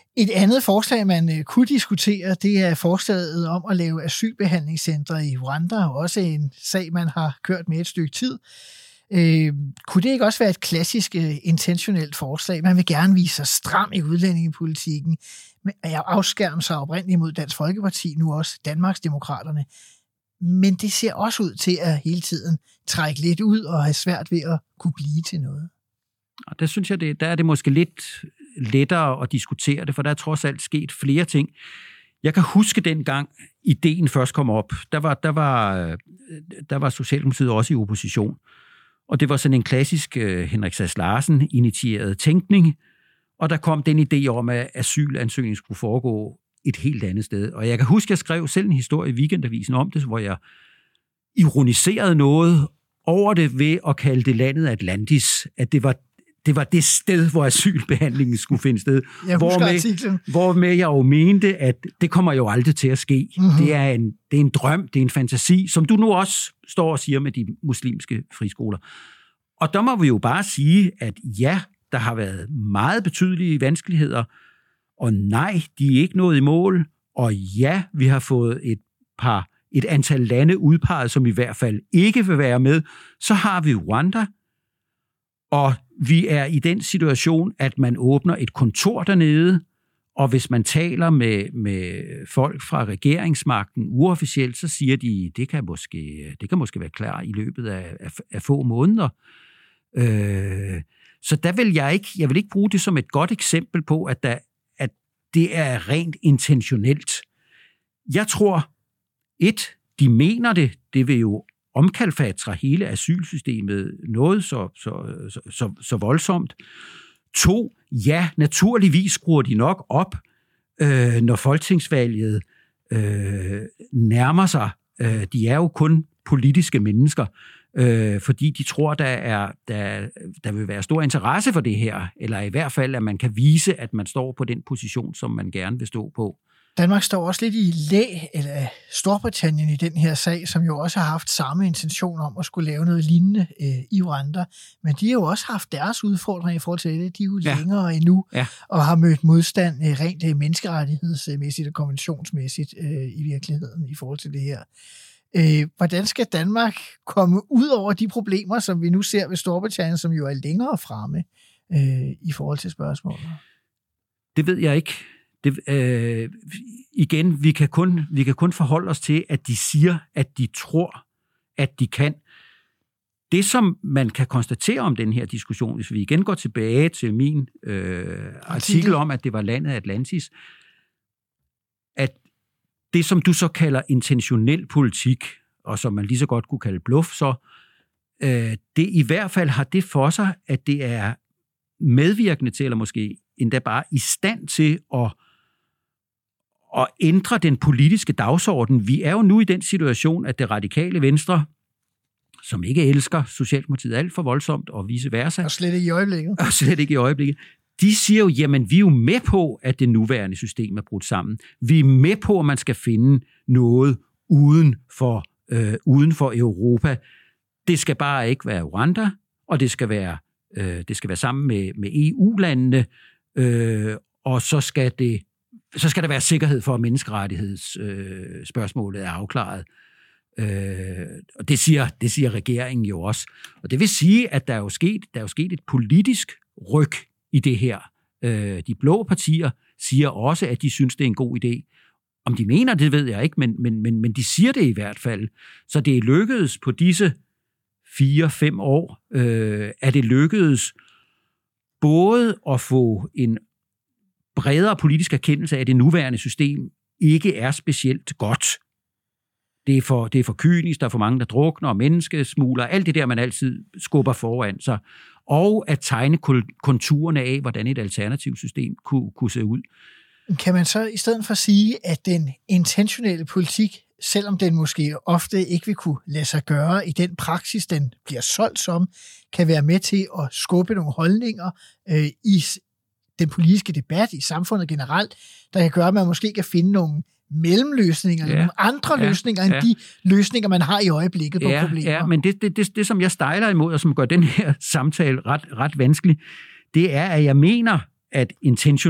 Et andet forslag, man kunne diskutere, det er forslaget om at lave asylbehandlingscentre i Rwanda, også en sag, man har kørt med et stykke tid. Øh, kunne det ikke også være et klassisk uh, intentionelt forslag? Man vil gerne vise sig stram i udlændingepolitikken, men jeg afskærmer sig oprindeligt mod Dansk Folkeparti, nu også Danmarksdemokraterne. Men det ser også ud til at hele tiden trække lidt ud og have svært ved at kunne blive til noget. Og der synes jeg, det, der er det måske lidt lettere at diskutere det, for der er trods alt sket flere ting. Jeg kan huske dengang ideen først kom op, der var, der var, der var Socialdemokratiet også i opposition. Og det var sådan en klassisk uh, Henrik Sass Larsen initieret tænkning, og der kom den idé om, at asylansøgningen skulle foregå et helt andet sted. Og jeg kan huske, at jeg skrev selv en historie i Weekendavisen om det, hvor jeg ironiserede noget over det ved at kalde det landet Atlantis, at det var det, var det sted, hvor asylbehandlingen skulle finde sted. Jeg hvormed, hvormed jeg jo mente, at det kommer jo aldrig til at ske. Mm-hmm. Det er en, det er en drøm, det er en fantasi, som du nu også står og siger med de muslimske friskoler. Og der må vi jo bare sige, at ja, der har været meget betydelige vanskeligheder, og nej, de er ikke nået i mål, og ja, vi har fået et par, et antal lande udpeget, som i hvert fald ikke vil være med. Så har vi Rwanda, og vi er i den situation, at man åbner et kontor dernede, og hvis man taler med, med folk fra regeringsmagten uofficielt, så siger de, det kan måske, det kan måske være klar i løbet af, af, af få måneder. Øh, så der vil jeg ikke, jeg vil ikke bruge det som et godt eksempel på, at, der, at det er rent intentionelt. Jeg tror, et, de mener det, det vil jo omkalfatre hele asylsystemet noget så, så, så, så, så voldsomt. To, ja, naturligvis skruer de nok op, øh, når folketingsvalget øh, nærmer sig. Øh, de er jo kun politiske mennesker, øh, fordi de tror, der, er, der, der vil være stor interesse for det her, eller i hvert fald, at man kan vise, at man står på den position, som man gerne vil stå på. Danmark står også lidt i læ eller Storbritannien i den her sag, som jo også har haft samme intention om at skulle lave noget lignende øh, i Rwanda. Men de har jo også haft deres udfordringer i forhold til det. De er jo ja. længere endnu ja. og har mødt modstand øh, rent øh, menneskerettighedsmæssigt og konventionsmæssigt øh, i virkeligheden i forhold til det her. Øh, hvordan skal Danmark komme ud over de problemer, som vi nu ser ved Storbritannien, som jo er længere fremme øh, i forhold til spørgsmålet? Det ved jeg ikke. Det, øh, igen, vi kan, kun, vi kan kun forholde os til, at de siger, at de tror, at de kan. Det, som man kan konstatere om den her diskussion, hvis vi igen går tilbage til min øh, artikel om, at det var landet Atlantis, at det, som du så kalder intentionel politik, og som man lige så godt kunne kalde bluff, så øh, det i hvert fald har det for sig, at det er medvirkende til, eller måske endda bare i stand til at at ændre den politiske dagsorden. Vi er jo nu i den situation, at det radikale venstre, som ikke elsker Socialdemokratiet alt for voldsomt, og vice versa. Og slet ikke i øjeblikket. Og slet ikke i øjeblikket. De siger jo, jamen vi er jo med på, at det nuværende system er brudt sammen. Vi er med på, at man skal finde noget uden for, øh, uden for Europa. Det skal bare ikke være Rwanda, og det skal være, øh, det skal være sammen med, med E U-landene, øh, og så skal det så skal der være sikkerhed for, at menneskerettighedsspørgsmålet øh, er afklaret. Øh, og det siger, det siger regeringen jo også. Og det vil sige, at der er jo sket, der er jo sket et politisk ryk i det her. Øh, de blå partier siger også, at de synes, det er en god idé. Om de mener det, ved jeg ikke, men, men, men, men de siger det i hvert fald. Så det er lykkedes på disse fire-fem år, øh, er det lykkedes både at få en bredere politisk erkendelse af, at det nuværende system ikke er specielt godt. Det er for, det er for kynisk, der er for mange, der drukner og menneskesmugler, alt det der, man altid skubber foran sig, og at tegne konturerne af, hvordan et alternativt system kunne, kunne se ud. Kan man så i stedet for sige, at den intentionelle politik, selvom den måske ofte ikke vil kunne lade sig gøre i den praksis, den bliver solgt som, kan være med til at skubbe nogle holdninger øh, i den politiske debat i samfundet generelt, der kan gøre, at man måske kan finde nogle mellemløsninger, ja, eller nogle andre ja, løsninger, end ja. de løsninger, man har i øjeblikket på ja, problemer. Ja, men det, det, det, det, som jeg stejler imod, og som gør den her samtale ret, ret vanskelig, det er, at jeg mener, at intentionel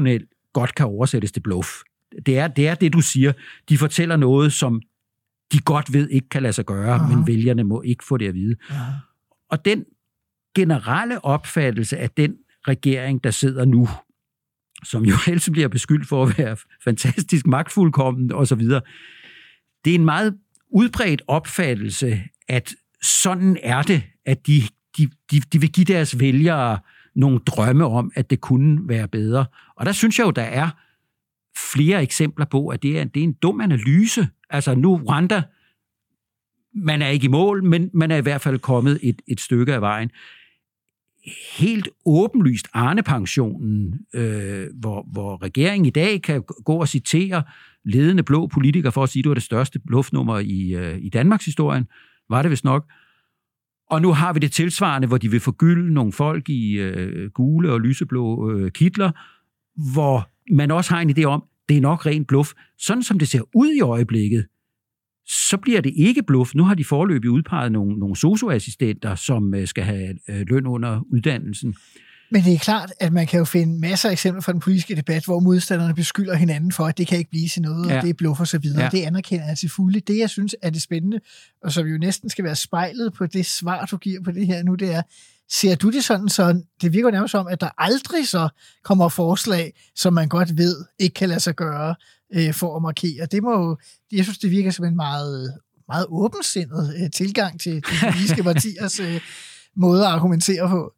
godt kan oversættes til bluff. Det er, det er det, du siger. De fortæller noget, som de godt ved ikke kan lade sig gøre, uh-huh. men vælgerne må ikke få det at vide. Uh-huh. Og den generelle opfattelse af den regering, der sidder nu, som jo helst bliver beskyldt for at være fantastisk magtfuldkommen og så videre, det er en meget udbredt opfattelse, at sådan er det, at de, de, de, de vil give deres vælgere nogle drømme om, at det kunne være bedre. Og der synes jeg jo, der er flere eksempler på, at det er, det er en dum analyse. Altså nu Rwanda, man er ikke i mål, men man er i hvert fald kommet et, et stykke af vejen. Helt åbenlyst Arne-pensionen, øh, hvor, hvor regeringen i dag kan gå og citere ledende blå politikere for at sige, at det var det største bluffnummer i, øh, i Danmarks historien, var det vist nok. Og nu har vi det tilsvarende, hvor de vil forgylde nogle folk i øh, gule og lyseblå øh, kitler, hvor man også har en idé om, det er nok rent bluff. Sådan som det ser ud i øjeblikket, så bliver det ikke bluff. Nu har de foreløbig udpeget nogle, nogle socioassistenter, som øh, skal have øh, løn under uddannelsen. Men det er klart, at man kan jo finde masser af eksempler fra den politiske debat, hvor modstanderne beskylder hinanden for, at det kan ikke blive til noget, ja. og det er bluff og så videre. Ja. Det anerkender jeg til fulde. Det, jeg synes er det spændende, og som jo næsten skal være spejlet på det svar, du giver på det her nu, det er, ser du det sådan, så det virker nærmest som, at der aldrig så kommer forslag, som man godt ved, ikke kan lade sig gøre øh, for at markere. Det må jo, jeg synes, det virker som en meget, meget åbensindet øh, tilgang til de politiske partiers øh, måde at argumentere på.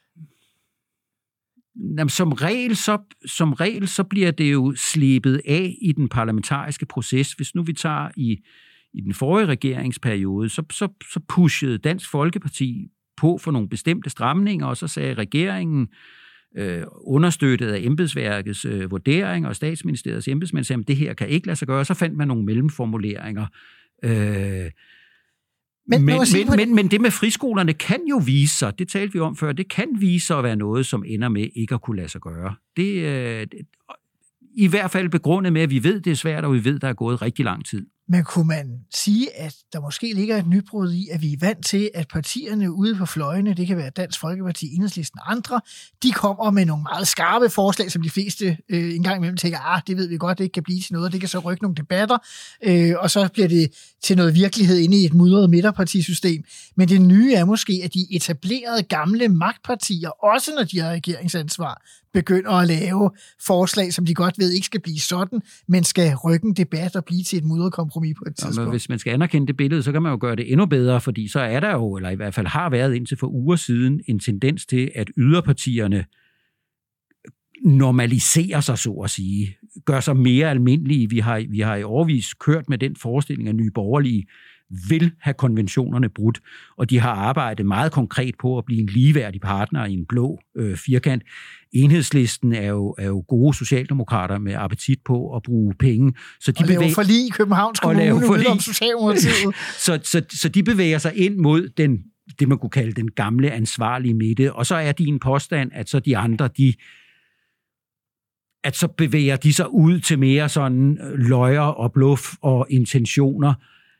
Jamen, som regel, så, som regel, så bliver det jo slebet af i den parlamentariske proces. Hvis nu vi tager i, i den forrige regeringsperiode, så, så, så pushede Dansk Folkeparti på for nogle bestemte stramninger, og så sagde regeringen, øh, understøttet af embedsværkets øh, vurdering og statsministeriets embedsmænd, sagde, at det her kan ikke lade sig gøre, så fandt man nogle mellemformuleringer. Øh, Men, men, men, men, men det med friskolerne kan jo vise sig, det talte vi om før, det kan vise sig at være noget, som ender med ikke at kunne lade sig gøre. Det er i hvert fald begrundet med, at vi ved, det er svært, og vi ved, der er gået rigtig lang tid. Men kunne man sige, at der måske ligger et nybrud i, at vi er vant til, at partierne ude på fløjene, det kan være Dansk Folkeparti, Enhedslisten og andre, de kommer med nogle meget skarpe forslag, som de fleste øh, en gang imellem tænker, ah, det ved vi godt, det ikke kan blive til noget, det kan så rykke nogle debatter, øh, og så bliver det til noget virkelighed inde i et mudret midterpartisystem. Men det nye er måske, at de etablerede gamle magtpartier, også når de har regeringsansvar, begynder at lave forslag, som de godt ved ikke skal blive sådan, men skal rykke en debat og blive til et mudret kompromis på et tidspunkt. Ja, men hvis man skal anerkende det billede, så kan man jo gøre det endnu bedre, fordi så er der jo, eller i hvert fald har været indtil for uger siden, en tendens til, at yderpartierne normaliserer sig, så at sige, gør sig mere almindelige. Vi har, vi har i årevis kørt med den forestilling, at Nye Borgerlige vil have konventionerne brudt, og de har arbejdet meget konkret på at blive en ligeværdig partner i en blå øh, firkant. Enhedslisten er jo, er jo gode socialdemokrater med appetit på at bruge penge. Så de og lave forlig i Københavns Kommune ude om Socialdemokratiet. så, så, så de bevæger sig ind mod den, det, man kunne kalde den gamle ansvarlige midte, og så er din påstand, at så de andre, de at så bevæger de sig ud til mere sådan løjer og bluff og intentioner.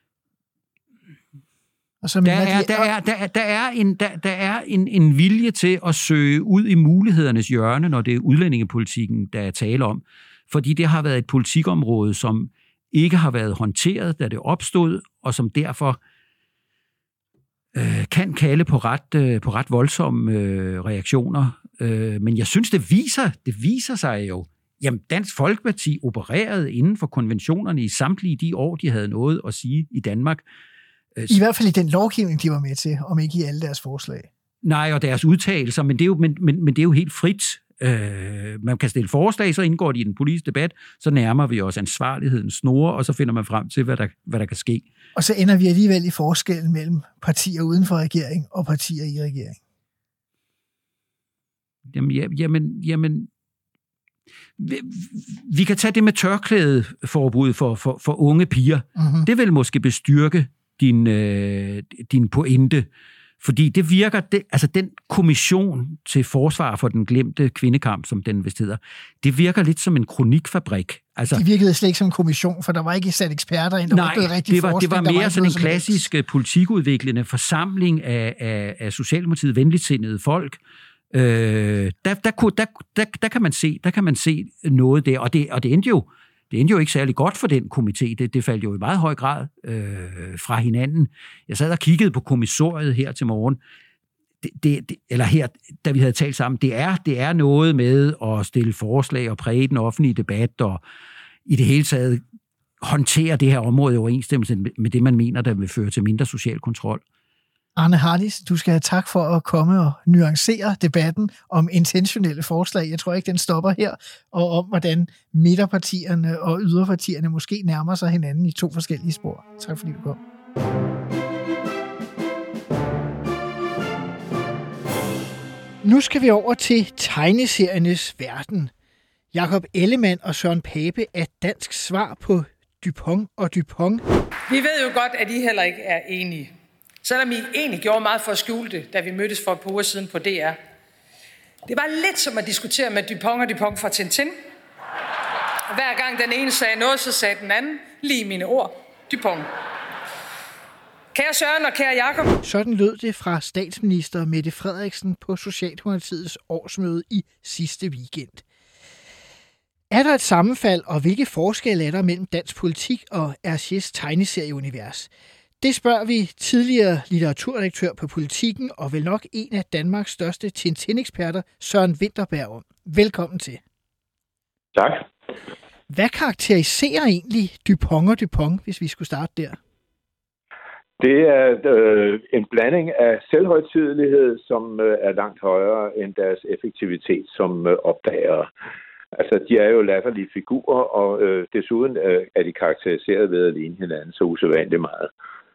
Og så der, er, de... der, er, der, er, der er, en, der, der er en, en vilje til at søge ud i mulighedernes hjørne, når det er udlændingepolitikken, der er tale om. Fordi det har været et politikområde, som ikke har været håndteret, da det opstod, og som derfor øh, kan kalde på ret, øh, på ret voldsomme øh, reaktioner. Øh, men jeg synes, det viser, det viser sig jo, jamen Dansk Folkeparti opererede inden for konventionerne i samtlige de år, de havde noget at sige i Danmark. I hvert fald i den lovgivning, de var med til, om ikke i alle deres forslag. Nej, og deres udtalelser, men det er jo, men, men, men det er jo helt frit. Øh, man kan stille forslag, så indgår de i den politiske debat, så nærmer vi os ansvarlighedens snore, og så finder man frem til, hvad der, hvad der kan ske. Og så ender vi alligevel i forskellen mellem partier uden for regering og partier i regering. Jamen, ja, jamen, jamen vi, vi kan tage det med tørklædeforbud for, for, for unge piger. Mm-hmm. Det vil måske bestyrke din, øh, din pointe, fordi det virker, det, altså den kommission til forsvar for den glemte kvindekamp, som den vist hedder, det virker lidt som en kronikfabrik. Altså, det virkede slet ikke som en kommission, for der var ikke sat eksperter ind, der nej, var rigtig det var, forskning. det var mere var sådan en klassisk politikudviklende forsamling af, af, af socialdemokratiet venligsindede folk, Øh, der, der, kunne, der, der, der, kan man se, der kan man se noget der, og det, og det endte jo Det endte jo ikke særlig godt for den komité. Det, det faldt jo i meget høj grad øh, fra hinanden. Jeg sad og kiggede på kommissoriet her til morgen. Det, det, det, eller her, da vi havde talt sammen. Det er, det er noget med at stille forslag og præge den offentlige debat, og i det hele taget håndtere det her område i overensstemmelse med det, man mener, der vil føre til mindre social kontrol. Arne Harlis, du skal have tak for at komme og nuancere debatten om intentionelle forslag. Jeg tror ikke, den stopper her, og om, hvordan midterpartierne og yderpartierne måske nærmer sig hinanden i to forskellige spor. Tak fordi du kom. Nu skal vi over til tegneseriernes verden. Jakob Ellemann og Søren Pape er dansk svar på Dupont og Dupont. Vi ved jo godt, at I heller ikke er enige. Selvom I egentlig gjorde meget for at skjule det, da vi mødtes for et par uger siden på D R. Det var lidt som at diskutere med Dupont og Dupont fra Tintin. Hver gang den ene sagde noget, så sagde den anden lige mine ord. Dupont. Kære Søren og kære Jakob. Sådan lød det fra statsminister Mette Frederiksen på Socialdemokratiets årsmøde i sidste weekend. Er der et sammenfald, og hvilke forskelle er der mellem dansk politik og Hergés tegneserieunivers? Det spørger vi tidligere litteraturredaktør på Politikken og vel nok en af Danmarks største Tintin-eksperter, Søren Vinterberg, om. Velkommen til. Tak. Hvad karakteriserer egentlig Dupont og Dupont, hvis vi skulle starte der? Det er øh, en blanding af selvhøjtidelighed, som øh, er langt højere end deres effektivitet som øh, opdagere. Altså, de er jo latterlige figurer, og øh, desuden øh, er de karakteriseret ved at ligne hinanden så usædvanligt meget.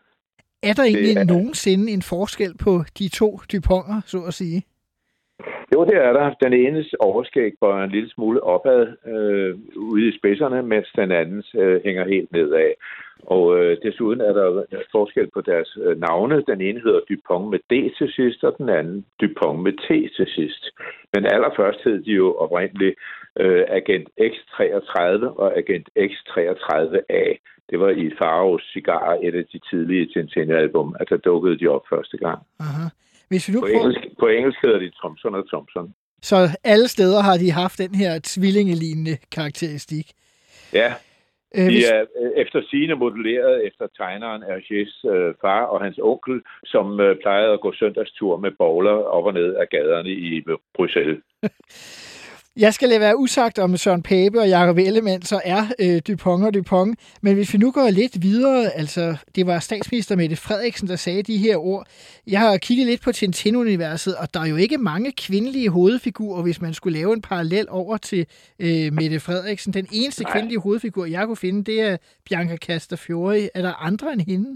Er der egentlig det er... nogensinde en forskel på de to Duponter, så at sige? Jo, det er der. Den enes overskæg bøjer en lille smule opad øh, ude i spidserne, mens den andens øh, hænger helt nedad. Og øh, desuden er der forskel på deres øh, navne. Den ene hedder Dupont med D til sidst, og den anden Dupont med T til sidst. Men allerførst hed de jo oprindeligt øh, Agent X treogtredive og Agent X treogtredive A. Det var i Faros Cigar, et af de tidlige Tintin-album, at der dukkede de op første gang. Aha. Hvis vi nu på, prøver... engelsk, på engelsk hedder de Thompson og Thompson. Så alle steder har de haft den her tvillingelignende karakteristik. Ja, øh, de hvis... er efter sigende modelleret efter tegneren Hergés øh, far og hans onkel, som øh, plejede at gå søndagstur med bowler op og ned af gaderne i Bruxelles. Jeg skal lade være usagt om Søren Pape og Jakob Ellemann, så er øh, Dupont og Dupont. Men hvis vi nu går lidt videre, altså det var statsminister Mette Frederiksen, der sagde de her ord. Jeg har kigget lidt på Tintin-universet, og der er jo ikke mange kvindelige hovedfigurer, hvis man skulle lave en parallel over til øh, Mette Frederiksen. Den eneste Nej. kvindelige hovedfigur, jeg kunne finde, det er Bianca Castafiore. Er der andre end hende?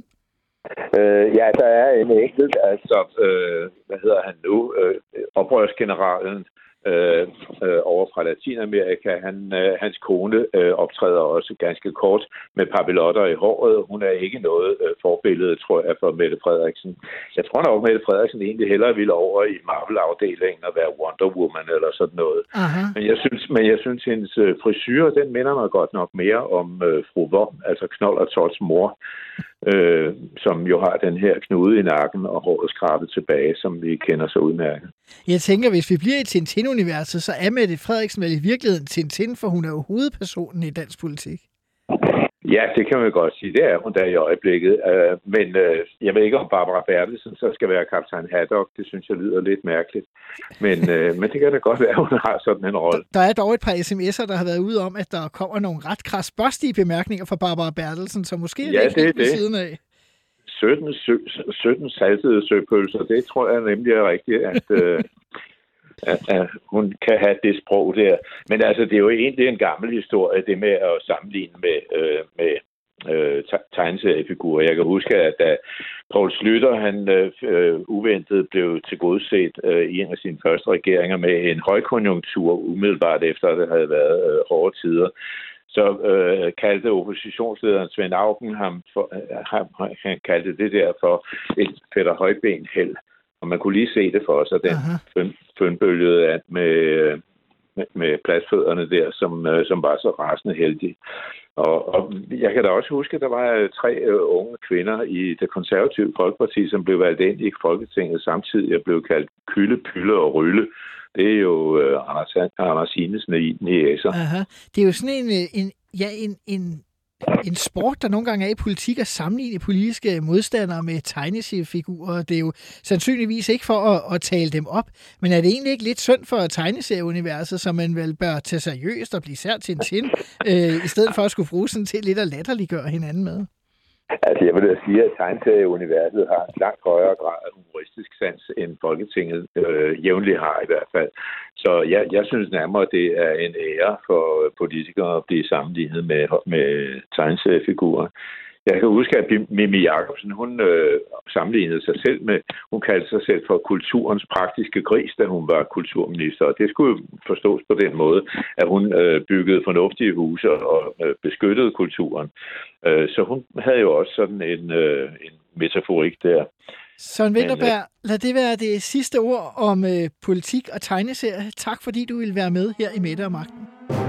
Øh, ja, der er en enkelt, altså, øh, hvad hedder han nu, øh, oprørsgeneralen, Øh, øh, over fra Latinamerika. Han, øh, hans kone øh, optræder også ganske kort med papillotter i håret. Hun er ikke noget øh, forbillede, tror jeg, for Mette Frederiksen. Jeg tror nok, Mette Frederiksen egentlig hellere ville over i Marvel-afdelingen og være Wonder Woman eller sådan noget. Men jeg synes, men jeg synes hendes øh, frisyre, den minder mig godt nok mere om øh, fru Vom, altså Knold og Tots mor, øh, som jo har den her knude i nakken og håret skrabet tilbage, som vi kender så udmærket. Jeg tænker, hvis vi bliver i Tintin-universet, så er Mette Frederiksen vel i virkeligheden Tintin, for hun er jo hovedpersonen i dansk politik. Ja, det kan man godt sige. Det er hun der i øjeblikket. Men jeg ved ikke, om Barbara Bertelsen så skal være kaptajn Haddock. Det synes jeg lyder lidt mærkeligt. Men, men det kan da godt være, at hun har sådan en rolle. Der er dog et par sms'er, der har været ude om, at der kommer nogle ret krasbørstige bemærkninger fra Barbara Bertelsen, så måske er det ja, ikke det helt ved det. siden af. sytten, sytten saltede søpølser, det tror jeg nemlig er rigtigt, at, øh, at, at hun kan have det sprog der. Men altså, det er jo egentlig en gammel historie, det med at sammenligne med, øh, med øh, tegneseriefigurer. Jeg kan huske, at da Poul Schlüter, han øh, uventet blev tilgodeset øh, i en af sine første regeringer med en højkonjunktur, umiddelbart efter, at det havde været øh, hårde tider, så øh, kaldte oppositionslederen Svend Auken ham, for, øh, ham, han kaldte det der for et Peter Højben held. Og man kunne lige se det for sig, den fønbølgede med, med, med pladsfødderne der, som, øh, som var så rasende heldige. Og, og jeg kan da også huske, at der var tre øh, unge kvinder i det konservative Folkeparti, som blev valgt ind i Folketinget samtidig. Jeg blev kaldt Kylle, Pylle og Rylle. Det er jo øh, Anders, Anders Ines næser. Aha. Det er jo sådan en, en, ja, en, en, en sport, der nogle gange er i politik, at sammenligne politiske modstandere med tegneseriefigurer. Det er jo sandsynligvis ikke for at, at tale dem op, men er det egentlig ikke lidt synd for tegneserieuniverset, som man vel bør tage seriøst og blive sær til en tin, øh, i stedet for at skulle bruge sådan til lidt at latterliggøre hinanden med? Altså, jeg vil da sige, at tegneserieuniverset har en langt højere grad af humoristisk sans, end Folketinget øh, jævnligt har i hvert fald. Så jeg, jeg synes nærmere, at det er en ære for politikere at blive sammenlignet med, med tegneseriefigurer. Jeg kan huske, at Mimi Jakobsen, hun øh, sammenlignede sig selv med, hun kaldte sig selv for kulturens praktiske gris, da hun var kulturminister. Og det skulle jo forstås på den måde, at hun øh, byggede fornuftige huse og øh, beskyttede kulturen. Øh, så hun havde jo også sådan en, øh, en metaforik der. Søren Vinterberg, lad det være det sidste ord om øh, politik og tegneserie. Tak fordi du ville være med her i Mette og Magten.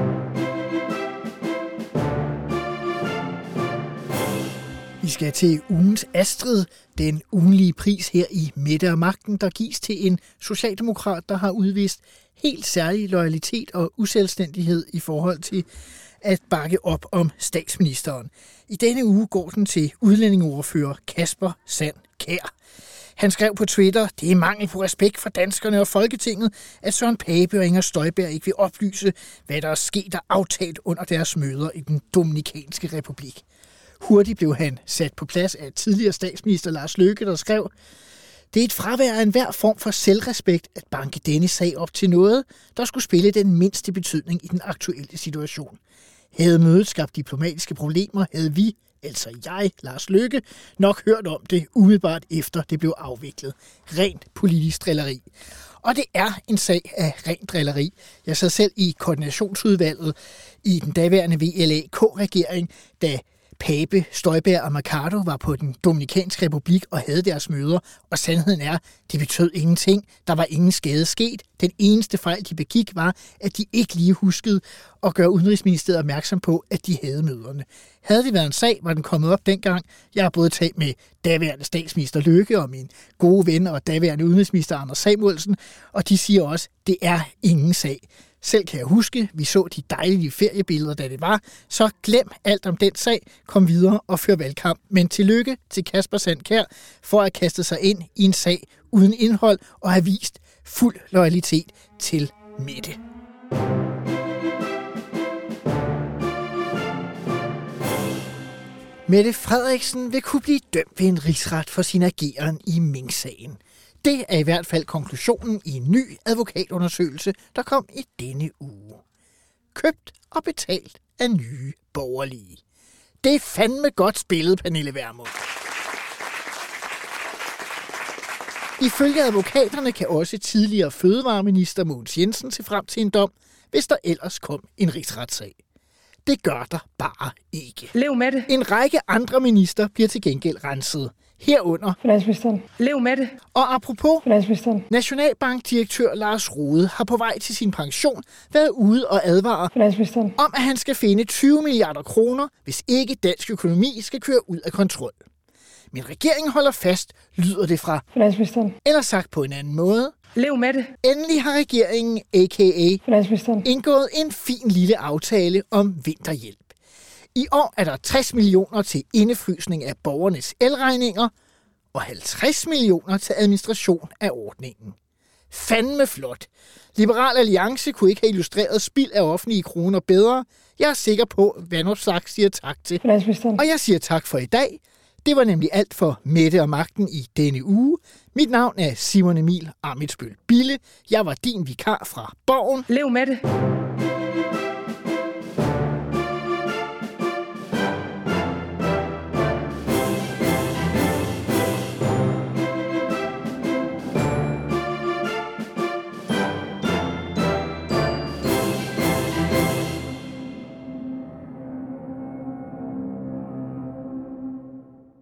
Vi skal til ugens Astrid, den ugenlige pris her i Mette og Magten, der gives til en socialdemokrat, der har udvist helt særlig loyalitet og uselvstændighed i forhold til at bakke op om statsministeren. I denne uge går den til udlændingeordfører Kasper Sand Kjær. Han skrev på Twitter, det er mangel på respekt for danskerne og Folketinget, at Søren Pape og Inger Støjberg ikke vil oplyse, hvad der er sket og aftalt under deres møder i den Dominikanske Republik. Hurtigt blev han sat på plads af tidligere statsminister Lars Løkke, der skrev, det er et fravær af enhver form for selvrespekt at banke denne sag op til noget, der skulle spille den mindste betydning i den aktuelle situation. Havde mødet skabt diplomatiske problemer, havde vi, altså jeg, Lars Løkke, nok hørt om det umiddelbart efter det blev afviklet. Rent politisk drilleri. Og det er en sag af rent drilleri. Jeg sad selv i koordinationsudvalget i den daværende V L A K-regering, da Pape, Støjberg og Mercado var på den Dominikanske Republik og havde deres møder, og sandheden er, det betød ingenting. Der var ingen skade sket. Den eneste fejl, de begik, var, at de ikke lige huskede at gøre Udenrigsministeriet opmærksom på, at de havde møderne. Havde det været en sag, var den kommet op dengang. Jeg har både talt med daværende statsminister Løkke og min gode ven og daværende udenrigsminister Anders Samuelsen, og de siger også, det er ingen sag. Selv kan jeg huske, vi så de dejlige feriebilleder, da det var, så glem alt om den sag, kom videre og før valgkamp. Men tillykke til Kasper Sand Kjær for at kaste sig ind i en sag uden indhold og have vist fuld loyalitet til Mette. Mette Frederiksen vil kunne blive dømt ved en rigsret for sin ageren i Mink-sagen. Det er i hvert fald konklusionen i en ny advokatundersøgelse, der kom i denne uge. Købt og betalt af Nye Borgerlige. Det er fandme godt spillet, Pernille Vermund. Ifølge advokaterne kan også tidligere fødevareminister Mogens Jensen se frem til en dom, hvis der ellers kom en rigsretssag. Det gør der bare ikke. Lev med det. En række andre minister bliver til gengæld renset. Herunder Finansministeren. Lev med det. Og apropos Finansministeren. Nationalbankdirektør Lars Rode har på vej til sin pension været ude og advare Finansministeren. om, at han skal finde tyve milliarder kroner, hvis ikke dansk økonomi skal køre ud af kontrol. Men regeringen holder fast, lyder det fra Finansministeren. Eller sagt på en anden måde. Lev med det. Endelig har regeringen, a k a Finansministeren, indgået en fin lille aftale om vinterhjælp. I år er der tres millioner til indefrysning af borgernes elregninger og halvtreds millioner til administration af ordningen. Fandme flot. Liberal Alliance kunne ikke have illustreret spild af offentlige kroner bedre. Jeg er sikker på, at Vanopslagh siger tak til. Finansministeren. Og jeg siger tak for i dag. Det var nemlig alt for Mette og Magten i denne uge. Mit navn er Simon Emil Amitsbøl Bille. Jeg var din vikar fra Borgen. Lev med det.